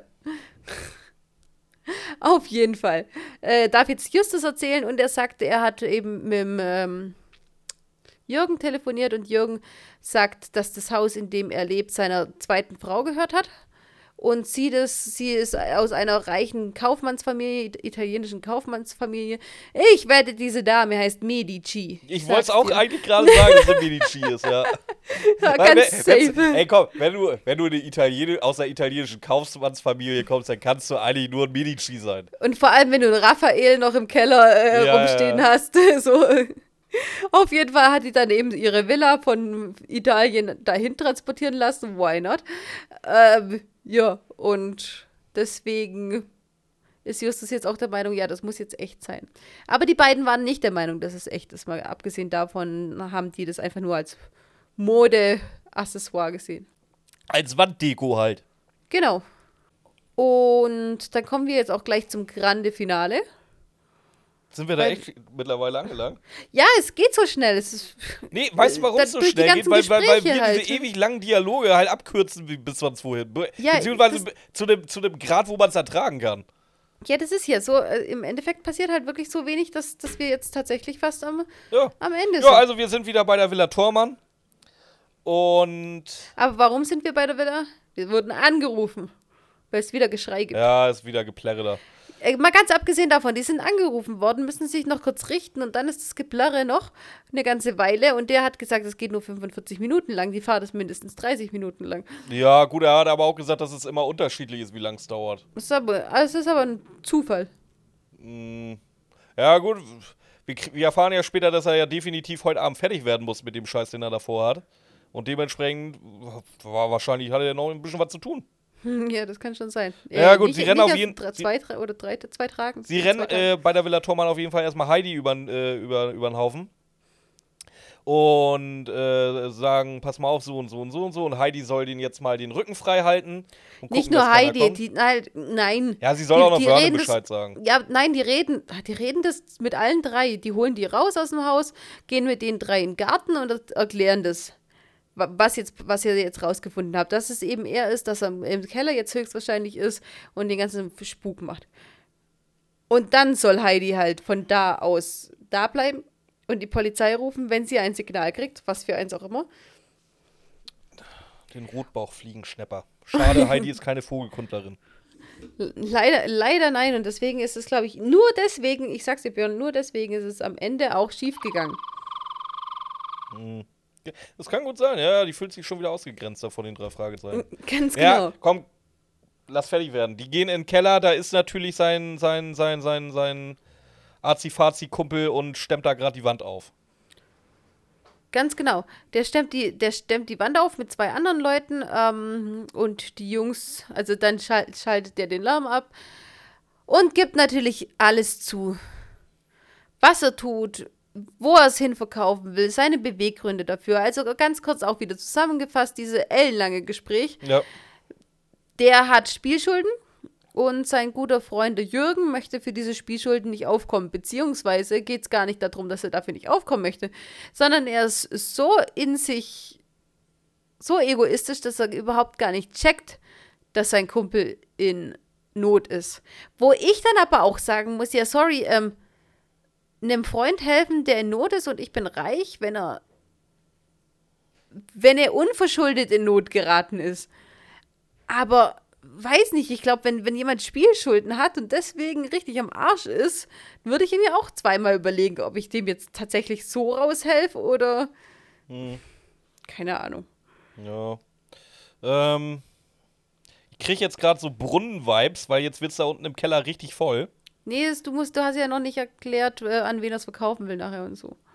Auf jeden Fall. Darf jetzt Justus erzählen und er sagt, er hat eben mit dem Jürgen telefoniert und Jürgen sagt, dass das Haus, in dem er lebt, seiner zweiten Frau gehört hat. Und sie ist aus einer reichen Kaufmannsfamilie, italienischen Kaufmannsfamilie. Ich wette, diese Dame heißt Medici. Ich wollte es auch eigentlich gerade sagen, dass er Medici ist, ja. Ja, ganz safe. Ey, komm, wenn du aus einer italienischen Kaufmannsfamilie kommst, dann kannst du eigentlich nur ein Medici sein. Und vor allem, wenn du einen Raphael noch im Keller rumstehen hast. So. Auf jeden Fall hat die dann eben ihre Villa von Italien dahin transportieren lassen. Why not? Ja, und deswegen ist Justus jetzt auch der Meinung, ja, das muss jetzt echt sein. Aber die beiden waren nicht der Meinung, dass es echt ist. Mal abgesehen davon haben die das einfach nur als Mode-Accessoire gesehen. Als Wanddeko halt. Genau. Und dann kommen wir jetzt auch gleich zum Grande Finale. Sind wir da echt mittlerweile angelangt? Ja, es geht so schnell. Es ist, Nee, weißt du, warum es so durch die schnell geht? ganzen Weil wir Gespräche halt. diese ewig langen Dialoge halt abkürzen, bis sonst wohin. Ja, beziehungsweise zu dem Grad, wo man es ertragen kann. Ja, das ist ja so. Im Endeffekt passiert halt wirklich so wenig, dass wir jetzt tatsächlich fast am Ende sind. Ja, also wir sind wieder bei der Villa Thormann. Und. Aber warum sind wir bei der Villa? Wir wurden angerufen, weil es wieder Geschrei gibt. Ja, ist wieder Geplärre da. Mal ganz abgesehen davon, die sind angerufen worden, müssen sich noch kurz richten und dann ist das Geplärre noch eine ganze Weile und der hat gesagt, es geht nur 45 Minuten lang, die Fahrt ist mindestens 30 Minuten lang. Ja, gut, er hat aber auch gesagt, dass es immer unterschiedlich ist, wie lang es dauert. Das ist aber ein Zufall. Ja, gut, wir erfahren ja später, dass er ja definitiv heute Abend fertig werden muss mit dem Scheiß, den er davor hat. Und dementsprechend wahrscheinlich hat er noch ein bisschen was zu tun. Ja, das kann schon sein. Ja, gut, sie rennen auf jeden Fall. Zwei Tragen. Sie rennen bei der Villa Thormann auf jeden Fall erstmal Heidi über den Haufen. und sagen, pass mal auf, so und so und so und so. Und Heidi soll den jetzt mal den Rücken frei halten. Und Nicht gucken, nur dass keiner Heidi, kommt. nein. Ja, sie soll auch noch Vernon reden Bescheid sagen. Ja, nein, die reden das mit allen drei. Die holen die raus aus dem Haus, gehen mit den drei in den Garten und erklären das. Was ihr jetzt rausgefunden habt. Dass es eben er ist, dass er im Keller jetzt höchstwahrscheinlich ist und den ganzen Spuk macht. Und dann soll Heidi halt von da aus da bleiben und die Polizei rufen, wenn sie ein Signal kriegt, was für eins auch immer. Den Rotbauchfliegenschnapper. Schade, Heidi ist keine Vogelkundlerin. Leider nein. Und deswegen ist es, glaube ich, nur deswegen, ich sag's dir, Björn, nur deswegen ist es am Ende auch schief gegangen. Das kann gut sein, ja, die fühlt sich schon wieder ausgegrenzter von den 3 Fragezeichen. Ganz genau. Ja, komm, lass fertig werden. Die gehen in den Keller, da ist natürlich sein Azi-Fazi-Kumpel und stemmt da gerade die Wand auf. Ganz genau. Der stemmt die Wand auf mit 2 anderen Leuten und die Jungs, also dann schaltet der den Lärm ab und gibt natürlich alles zu. Was er tut, wo er es hinverkaufen will, seine Beweggründe dafür. Also ganz kurz auch wieder zusammengefasst, diese ellenlange Gespräch. Ja. Der hat Spielschulden und sein guter Freund der Jürgen möchte für diese Spielschulden nicht aufkommen. Beziehungsweise geht es gar nicht darum, dass er dafür nicht aufkommen möchte, sondern er ist so in sich, so egoistisch, dass er überhaupt gar nicht checkt, dass sein Kumpel in Not ist. Wo ich dann aber auch sagen muss, ja sorry, einem Freund helfen, der in Not ist und ich bin reich, wenn er unverschuldet in Not geraten ist. Aber weiß nicht, ich glaube, wenn jemand Spielschulden hat und deswegen richtig am Arsch ist, würde ich mir auch zweimal überlegen, ob ich dem jetzt tatsächlich so raushelfe oder keine Ahnung. Ja. Ich kriege jetzt gerade so Brunnen-Vibes, weil jetzt wird es da unten im Keller richtig voll. Nee, du hast ja noch nicht erklärt, an wen er es verkaufen will nachher und so.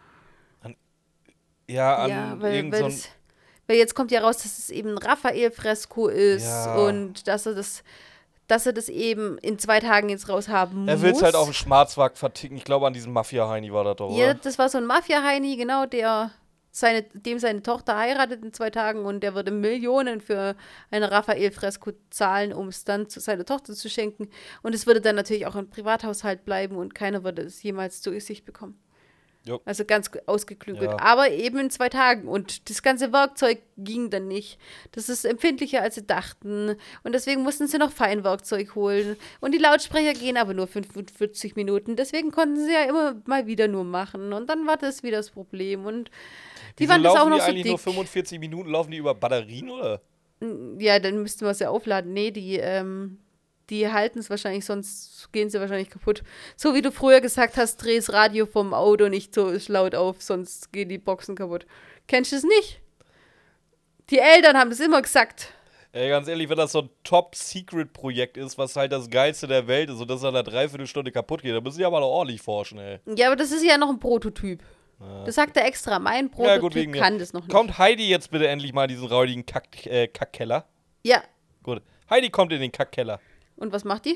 Weil jetzt kommt ja raus, dass es eben ein Raphael-Fresko ist und dass er das eben in 2 Tagen jetzt raushaben muss. Er will es halt auf dem Schwarzmarkt verticken. Ich glaube, an diesem Mafia-Heini war das doch, oder? Ja, das war so ein Mafia-Heini, genau, dem seine Tochter heiratet in 2 Tagen und der würde Millionen für eine Raphael-Fresko zahlen, um es dann zu seiner Tochter zu schenken. Und es würde dann natürlich auch ein Privathaushalt bleiben und keiner würde es jemals zu Gesicht bekommen. Jo. Also ganz ausgeklügelt. Ja. Aber eben in 2 Tagen. Und das ganze Werkzeug ging dann nicht. Das ist empfindlicher, als sie dachten. Und deswegen mussten sie noch Feinwerkzeug holen. Und die Lautsprecher gehen aber nur 45 Minuten. Deswegen konnten sie ja immer mal wieder nur machen. Und dann war das wieder das Problem. Und die Wand ist auch noch so eigentlich dick. nur 45 Minuten? Laufen die über Batterien, oder? Ja, dann müssten wir es ja aufladen. Nee, die halten es wahrscheinlich, sonst gehen sie wahrscheinlich kaputt. So wie du früher gesagt hast, dreh das Radio vom Auto nicht so laut auf, sonst gehen die Boxen kaputt. Kennst du es nicht? Die Eltern haben das immer gesagt. Ey, ganz ehrlich, wenn das so ein Top-Secret-Projekt ist, was halt das Geilste der Welt ist und das nach einer Dreiviertelstunde kaputt geht, dann müssen sie aber noch ordentlich forschen, ey. Ja, aber das ist ja noch ein Prototyp. Ja. Das sagt er extra. Mein Prototyp kann das noch nicht. Kommt Heidi jetzt bitte endlich mal in diesen räudigen Kackkeller? Ja. Gut. Heidi kommt in den Kackkeller. Und was macht die?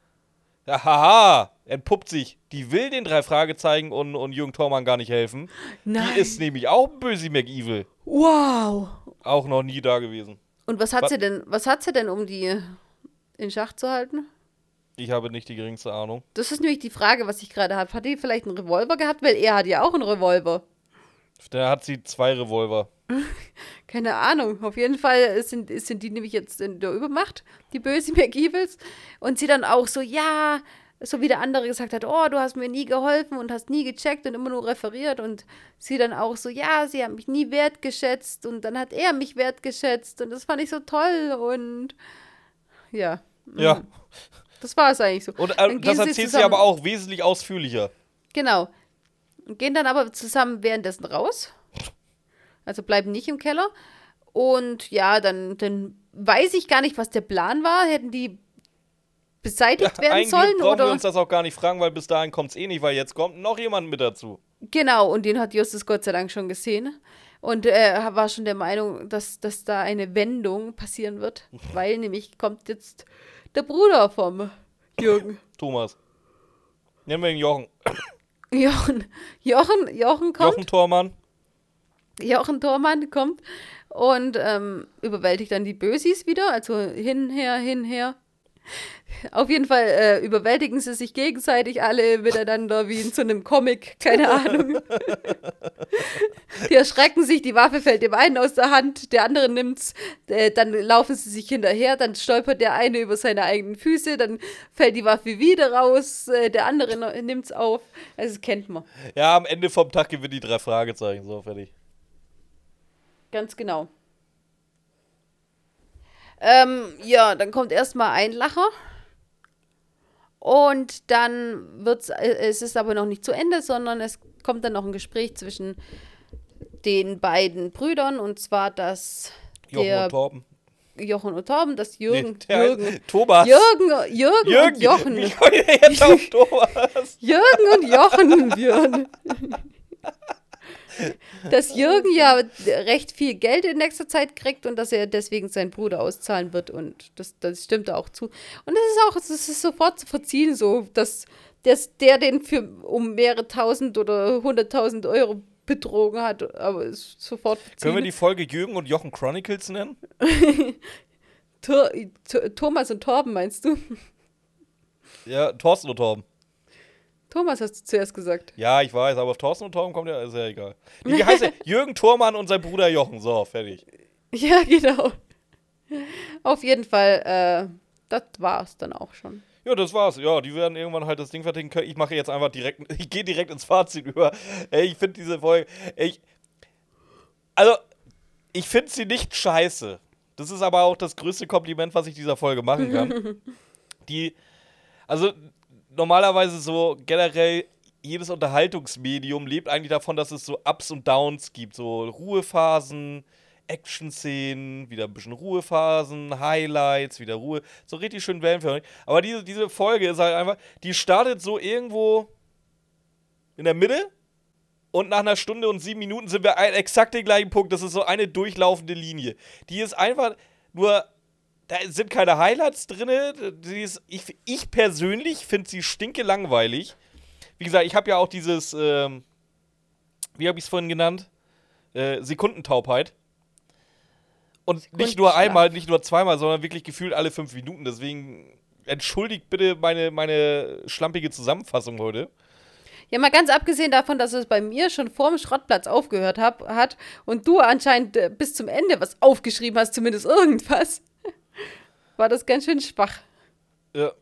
Haha, entpuppt sich. Die will den 3 Fragezeichen und Jürgen Thormann gar nicht helfen. Nein. Die ist nämlich auch Bösi McEvil. Wow. Auch noch nie da gewesen. Und was hat sie denn, um die in Schach zu halten? Ich habe nicht die geringste Ahnung. Das ist nämlich die Frage, was ich gerade habe. Hat die vielleicht einen Revolver gehabt? Weil er hat ja auch einen Revolver. Da hat sie 2 Revolver. Keine Ahnung. Auf jeden Fall sind die nämlich jetzt in der Übermacht, die bösen McEvils. Und sie dann auch so, ja, so wie der andere gesagt hat, oh, du hast mir nie geholfen und hast nie gecheckt und immer nur referiert. Und sie dann auch so, ja, sie haben mich nie wertgeschätzt. Und dann hat er mich wertgeschätzt. Und das fand ich so toll. Und ja. Ja. Das war es eigentlich so. Und das erzählt sie aber auch wesentlich ausführlicher. Genau. Und gehen dann aber zusammen währenddessen raus. Also bleiben nicht im Keller. Und ja, dann weiß ich gar nicht, was der Plan war. Hätten die beseitigt werden sollen? Eigentlich brauchen oder? wir uns das auch gar nicht fragen, weil bis dahin kommt es eh nicht, weil jetzt kommt noch jemand mit dazu. Genau, und den hat Justus Gott sei Dank schon gesehen. Und er war schon der Meinung, dass da eine Wendung passieren wird. Weil nämlich kommt jetzt der Bruder vom Jürgen. Thomas. Nennen wir ihn Jochen. Jochen kommt. Jochen Thormann. Jochen Thormann kommt und überwältigt dann die Bösis wieder, also hinher. Auf jeden Fall überwältigen sie sich gegenseitig alle miteinander wie in so einem Comic, keine Ahnung. Die erschrecken sich, die Waffe fällt dem einen aus der Hand, der andere nimmt's, dann laufen sie sich hinterher, dann stolpert der eine über seine eigenen Füße, dann fällt die Waffe wieder raus, der andere nimmt's auf. Also das kennt man. Ja, am Ende vom Tag gewinnen die 3 Fragezeichen. So, fertig. Ganz genau. Ja, dann kommt erstmal ein Lacher. Und dann es ist aber noch nicht zu Ende, sondern es kommt dann noch ein Gespräch zwischen den beiden Brüdern, und zwar Jochen und Torben. Jochen und Torben, das Jürgen. Thomas. Jürgen und Jochen. Wie kommt ihr jetzt auf Thomas? Jürgen und Jochen, Björn. Dass Jürgen ja recht viel Geld in nächster Zeit kriegt und dass er deswegen seinen Bruder auszahlen wird, und das stimmt auch zu. Und es ist sofort zu verziehen so, dass der den um mehrere tausend oder 100.000 Euro betrogen hat, aber es ist sofort verziehen. Können wir die Folge Jürgen und Jochen Chronicles nennen? Thomas und Torben, meinst du? Ja, Thorsten und Torben. Thomas hast du zuerst gesagt. Ja, ich weiß, aber auf Thorsten und Torben kommt ja, ist ja egal. Wie heißt er? Jürgen Thormann und sein Bruder Jochen. So, fertig. Ja, genau. Auf jeden Fall, das war's dann auch schon. Ja, das war's. Ja, die werden irgendwann halt das Ding fertigen können. Ich mache jetzt einfach ich gehe direkt ins Fazit über. Ey, ich finde diese Folge, ich finde sie nicht scheiße. Das ist aber auch das größte Kompliment, was ich dieser Folge machen kann. Normalerweise so generell jedes Unterhaltungsmedium lebt eigentlich davon, dass es so Ups und Downs gibt. So Ruhephasen, Action-Szenen, wieder ein bisschen Ruhephasen, Highlights, wieder Ruhe. So richtig schön wellenförmig. Aber diese Folge ist halt einfach, die startet so irgendwo in der Mitte und nach einer Stunde und 7 Minuten sind wir exakt den gleichen Punkt. Das ist so eine durchlaufende Linie. Die ist einfach nur... Da sind keine Highlights drin. Ich persönlich finde sie stinke langweilig. Wie gesagt, ich habe ja auch dieses, wie habe ich es vorhin genannt? Sekundentaubheit. Und nicht nur einmal, nicht nur zweimal, sondern wirklich gefühlt alle 5 Minuten. Deswegen entschuldigt bitte meine schlampige Zusammenfassung heute. Ja, mal ganz abgesehen davon, dass es bei mir schon vorm Schrottplatz aufgehört hat und du anscheinend bis zum Ende was aufgeschrieben hast, zumindest irgendwas. War das ganz schön schwach. Ja.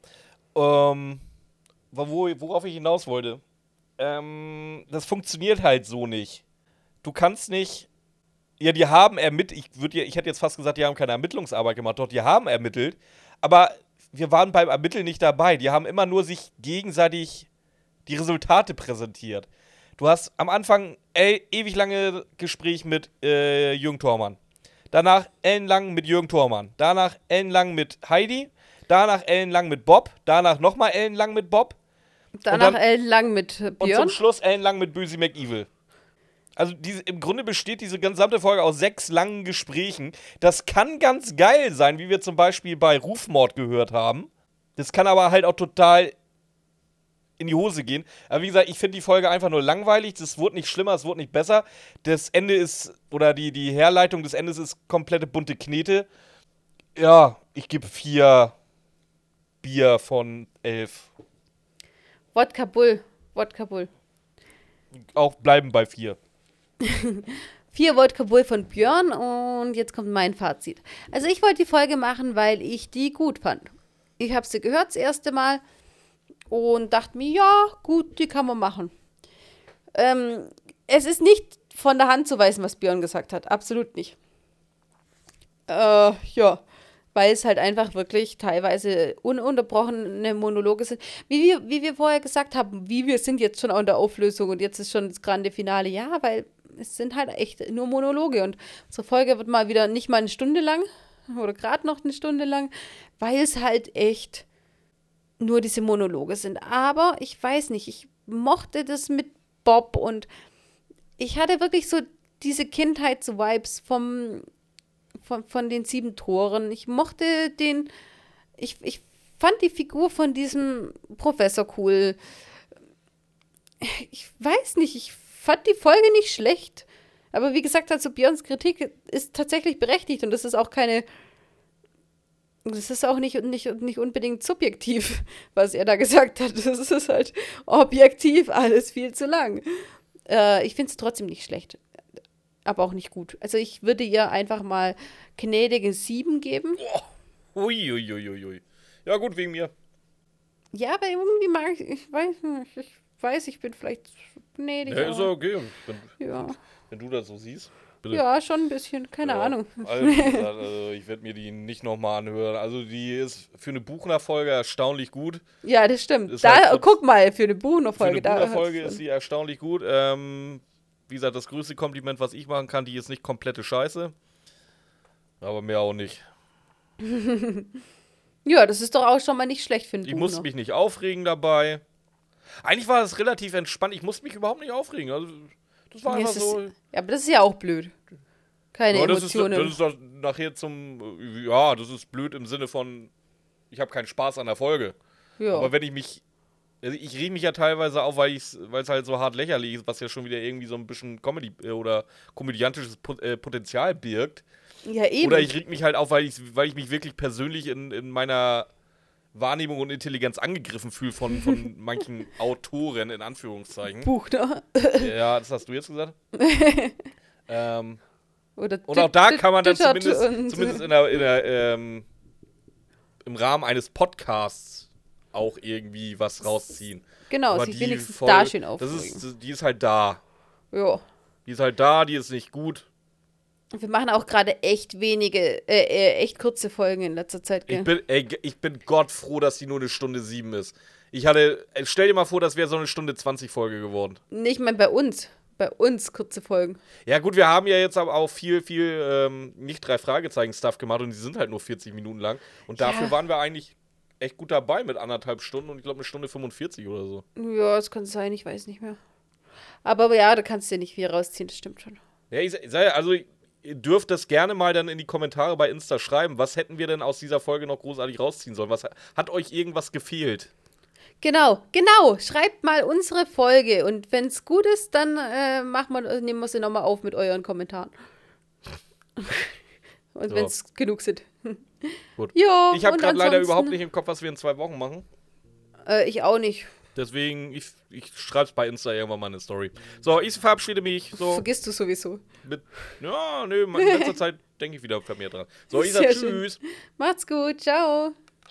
Worauf ich hinaus wollte. Das funktioniert halt so nicht. Du kannst nicht. Ja, die haben ermittelt. Ich hätte jetzt fast gesagt, die haben keine Ermittlungsarbeit gemacht. Doch, die haben ermittelt. Aber wir waren beim Ermitteln nicht dabei. Die haben immer nur sich gegenseitig die Resultate präsentiert. Du hast am Anfang ewig lange Gespräch mit Jürgen Thormann. Danach ellenlang mit Jürgen Thormann. Danach ellenlang mit Heidi. Danach ellenlang mit Bob. Danach nochmal ellenlang mit Bob. Danach ellenlang mit Björn. Und zum Schluss ellenlang mit Bösi McEvil. Also im Grunde besteht diese gesamte Folge aus 6 langen Gesprächen. Das kann ganz geil sein, wie wir zum Beispiel bei Rufmord gehört haben. Das kann aber halt auch total in die Hose gehen. Aber wie gesagt, ich finde die Folge einfach nur langweilig. Das wurde nicht schlimmer, es wurde nicht besser. Das Ende ist, oder die Herleitung des Endes ist komplette bunte Knete. Ja, ich gebe 4 Bier von 11. Wodka Bull. Auch bleiben bei 4. 4 Wodka Bull von Björn, und jetzt kommt mein Fazit. Also ich wollte die Folge machen, weil ich die gut fand. Ich habe sie gehört das erste Mal und dachte mir, ja, gut, die kann man machen. Es ist nicht von der Hand zu weisen, was Björn gesagt hat. Absolut nicht. Ja, weil es halt einfach wirklich teilweise ununterbrochene Monologe sind. Wie wir vorher gesagt haben, wir sind jetzt schon an der Auflösung und jetzt ist schon das grande Finale. Ja, weil es sind halt echt nur Monologe, und unsere Folge wird mal wieder nicht mal eine Stunde lang oder gerade noch eine Stunde lang, weil es halt echt nur diese Monologe sind. Aber ich weiß nicht, ich mochte das mit Bob und ich hatte wirklich so diese Kindheits-Vibes von den 7 Toren. Ich mochte ich fand die Figur von diesem Professor cool. Ich weiß nicht, ich fand die Folge nicht schlecht. Aber wie gesagt, also Björns Kritik ist tatsächlich berechtigt und das ist auch nicht unbedingt subjektiv, was er da gesagt hat. Das ist halt objektiv alles viel zu lang. Ich finde es trotzdem nicht schlecht, aber auch nicht gut. Also ich würde ihr einfach mal gnädige 7 geben. Uiuiuiui. Ja gut, wegen mir. Ja, aber irgendwie mag ich nicht. Ich weiß, ich bin vielleicht gnädig. Ja, ist aber, okay. ja. Wenn du das so siehst. Bitte. Ja, schon ein bisschen. Keine Ahnung. Also, wie gesagt, also ich werde mir die nicht nochmal anhören. Also die ist für eine Buchner-Folge erstaunlich gut. Ja, das stimmt. Ist Da, halt guck mal, für eine Buchner-Folge. Für eine Buchner-Folge ist sie erstaunlich gut. Wie gesagt, das größte Kompliment, was ich machen kann, die ist nicht komplette Scheiße. Aber mehr auch nicht. Ja, das ist doch auch schon mal nicht schlecht für einen Ich Buchner. musste mich nicht aufregen dabei. Eigentlich war es relativ entspannt. Ich musste mich überhaupt nicht aufregen. Also, das war Nee, einfach so. ja, aber das ist ja auch blöd. Keine Ja, Emotionen. das ist doch nachher ja, das ist blöd im Sinne von, ich habe keinen Spaß an der Folge. Ja. Aber wenn ich reg mich ja teilweise auf, weil es halt so hart lächerlich ist, was ja schon wieder irgendwie so ein bisschen Comedy oder komödiantisches Potenzial birgt. Ja, eben. Oder ich reg mich halt auf, weil ich mich wirklich persönlich in meiner Wahrnehmung und Intelligenz angegriffen fühle von manchen Autoren, in Anführungszeichen. Buchner. Ja, das hast du jetzt gesagt. Oder Und auch da kann man dann Twittert zumindest im Rahmen eines Podcasts auch irgendwie was rausziehen. Genau, Aber sich die wenigstens Folge, da schön aufregen. die ist halt da. Ja. Die ist halt da, die ist nicht gut. Wir machen auch gerade echt echt kurze Folgen in letzter Zeit, gell? Ich bin Gott froh, dass die nur 1:07 ist. Stell dir mal vor, das wäre so eine 1:20 Folge geworden. Ich meine, bei uns kurze Folgen. Ja gut, wir haben ja jetzt aber auch viel nicht 3-Fragezeichen-Stuff gemacht und die sind halt nur 40 Minuten lang. Und dafür waren wir eigentlich echt gut dabei mit 1,5 Stunden und ich glaube 1:45 oder so. Ja, das kann sein, ich weiß nicht mehr. Aber ja, da kannst du ja nicht viel rausziehen, das stimmt schon. Ja, ihr dürft das gerne mal dann in die Kommentare bei Insta schreiben. Was hätten wir denn aus dieser Folge noch großartig rausziehen sollen? Hat euch irgendwas gefehlt? Genau. Schreibt mal unsere Folge und wenn es gut ist, dann nehmen wir sie nochmal auf mit euren Kommentaren. Und So. wenn es genug sind. Gut. Ja, Ich habe und gerade leider ansonsten- überhaupt nicht im Kopf, was wir in 2 Wochen machen. Ich auch nicht. Deswegen, ich schreibe es bei Insta irgendwann mal eine Story. So, ich verabschiede mich. So, Vergisst du sowieso. in letzter Zeit denke ich wieder vermehrt dran. So, ich sag Sehr schön. tschüss. Macht's gut, ciao.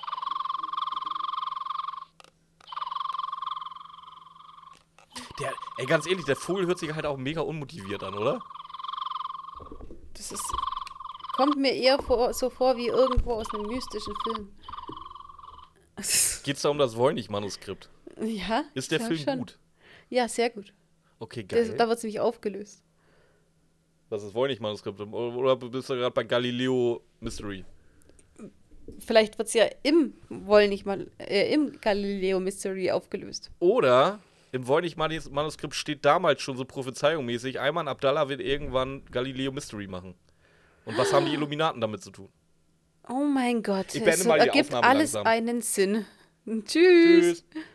Ganz ehrlich, der Vogel hört sich halt auch mega unmotiviert an, oder? Kommt mir eher so vor wie irgendwo aus einem mystischen Film. Geht's da um das Wollnich-Manuskript? Ja. Ist der ja, Film schon. gut? Ja, sehr gut. Okay, geil. Da wird es nämlich aufgelöst. Das ist Wollnich-Manuskript. Oder bist du gerade bei Galileo Mystery? Vielleicht wird es ja im Galileo Mystery aufgelöst. Oder im Wollnich-Manuskript steht damals schon so prophezeiungsmäßig, Ayman Abdallah wird irgendwann Galileo Mystery machen. Und was haben die Illuminaten damit zu tun? Oh mein Gott, Ich beende es mal die ergibt Aufnahme alles langsam. einen Sinn. Tschüss. Tschüss.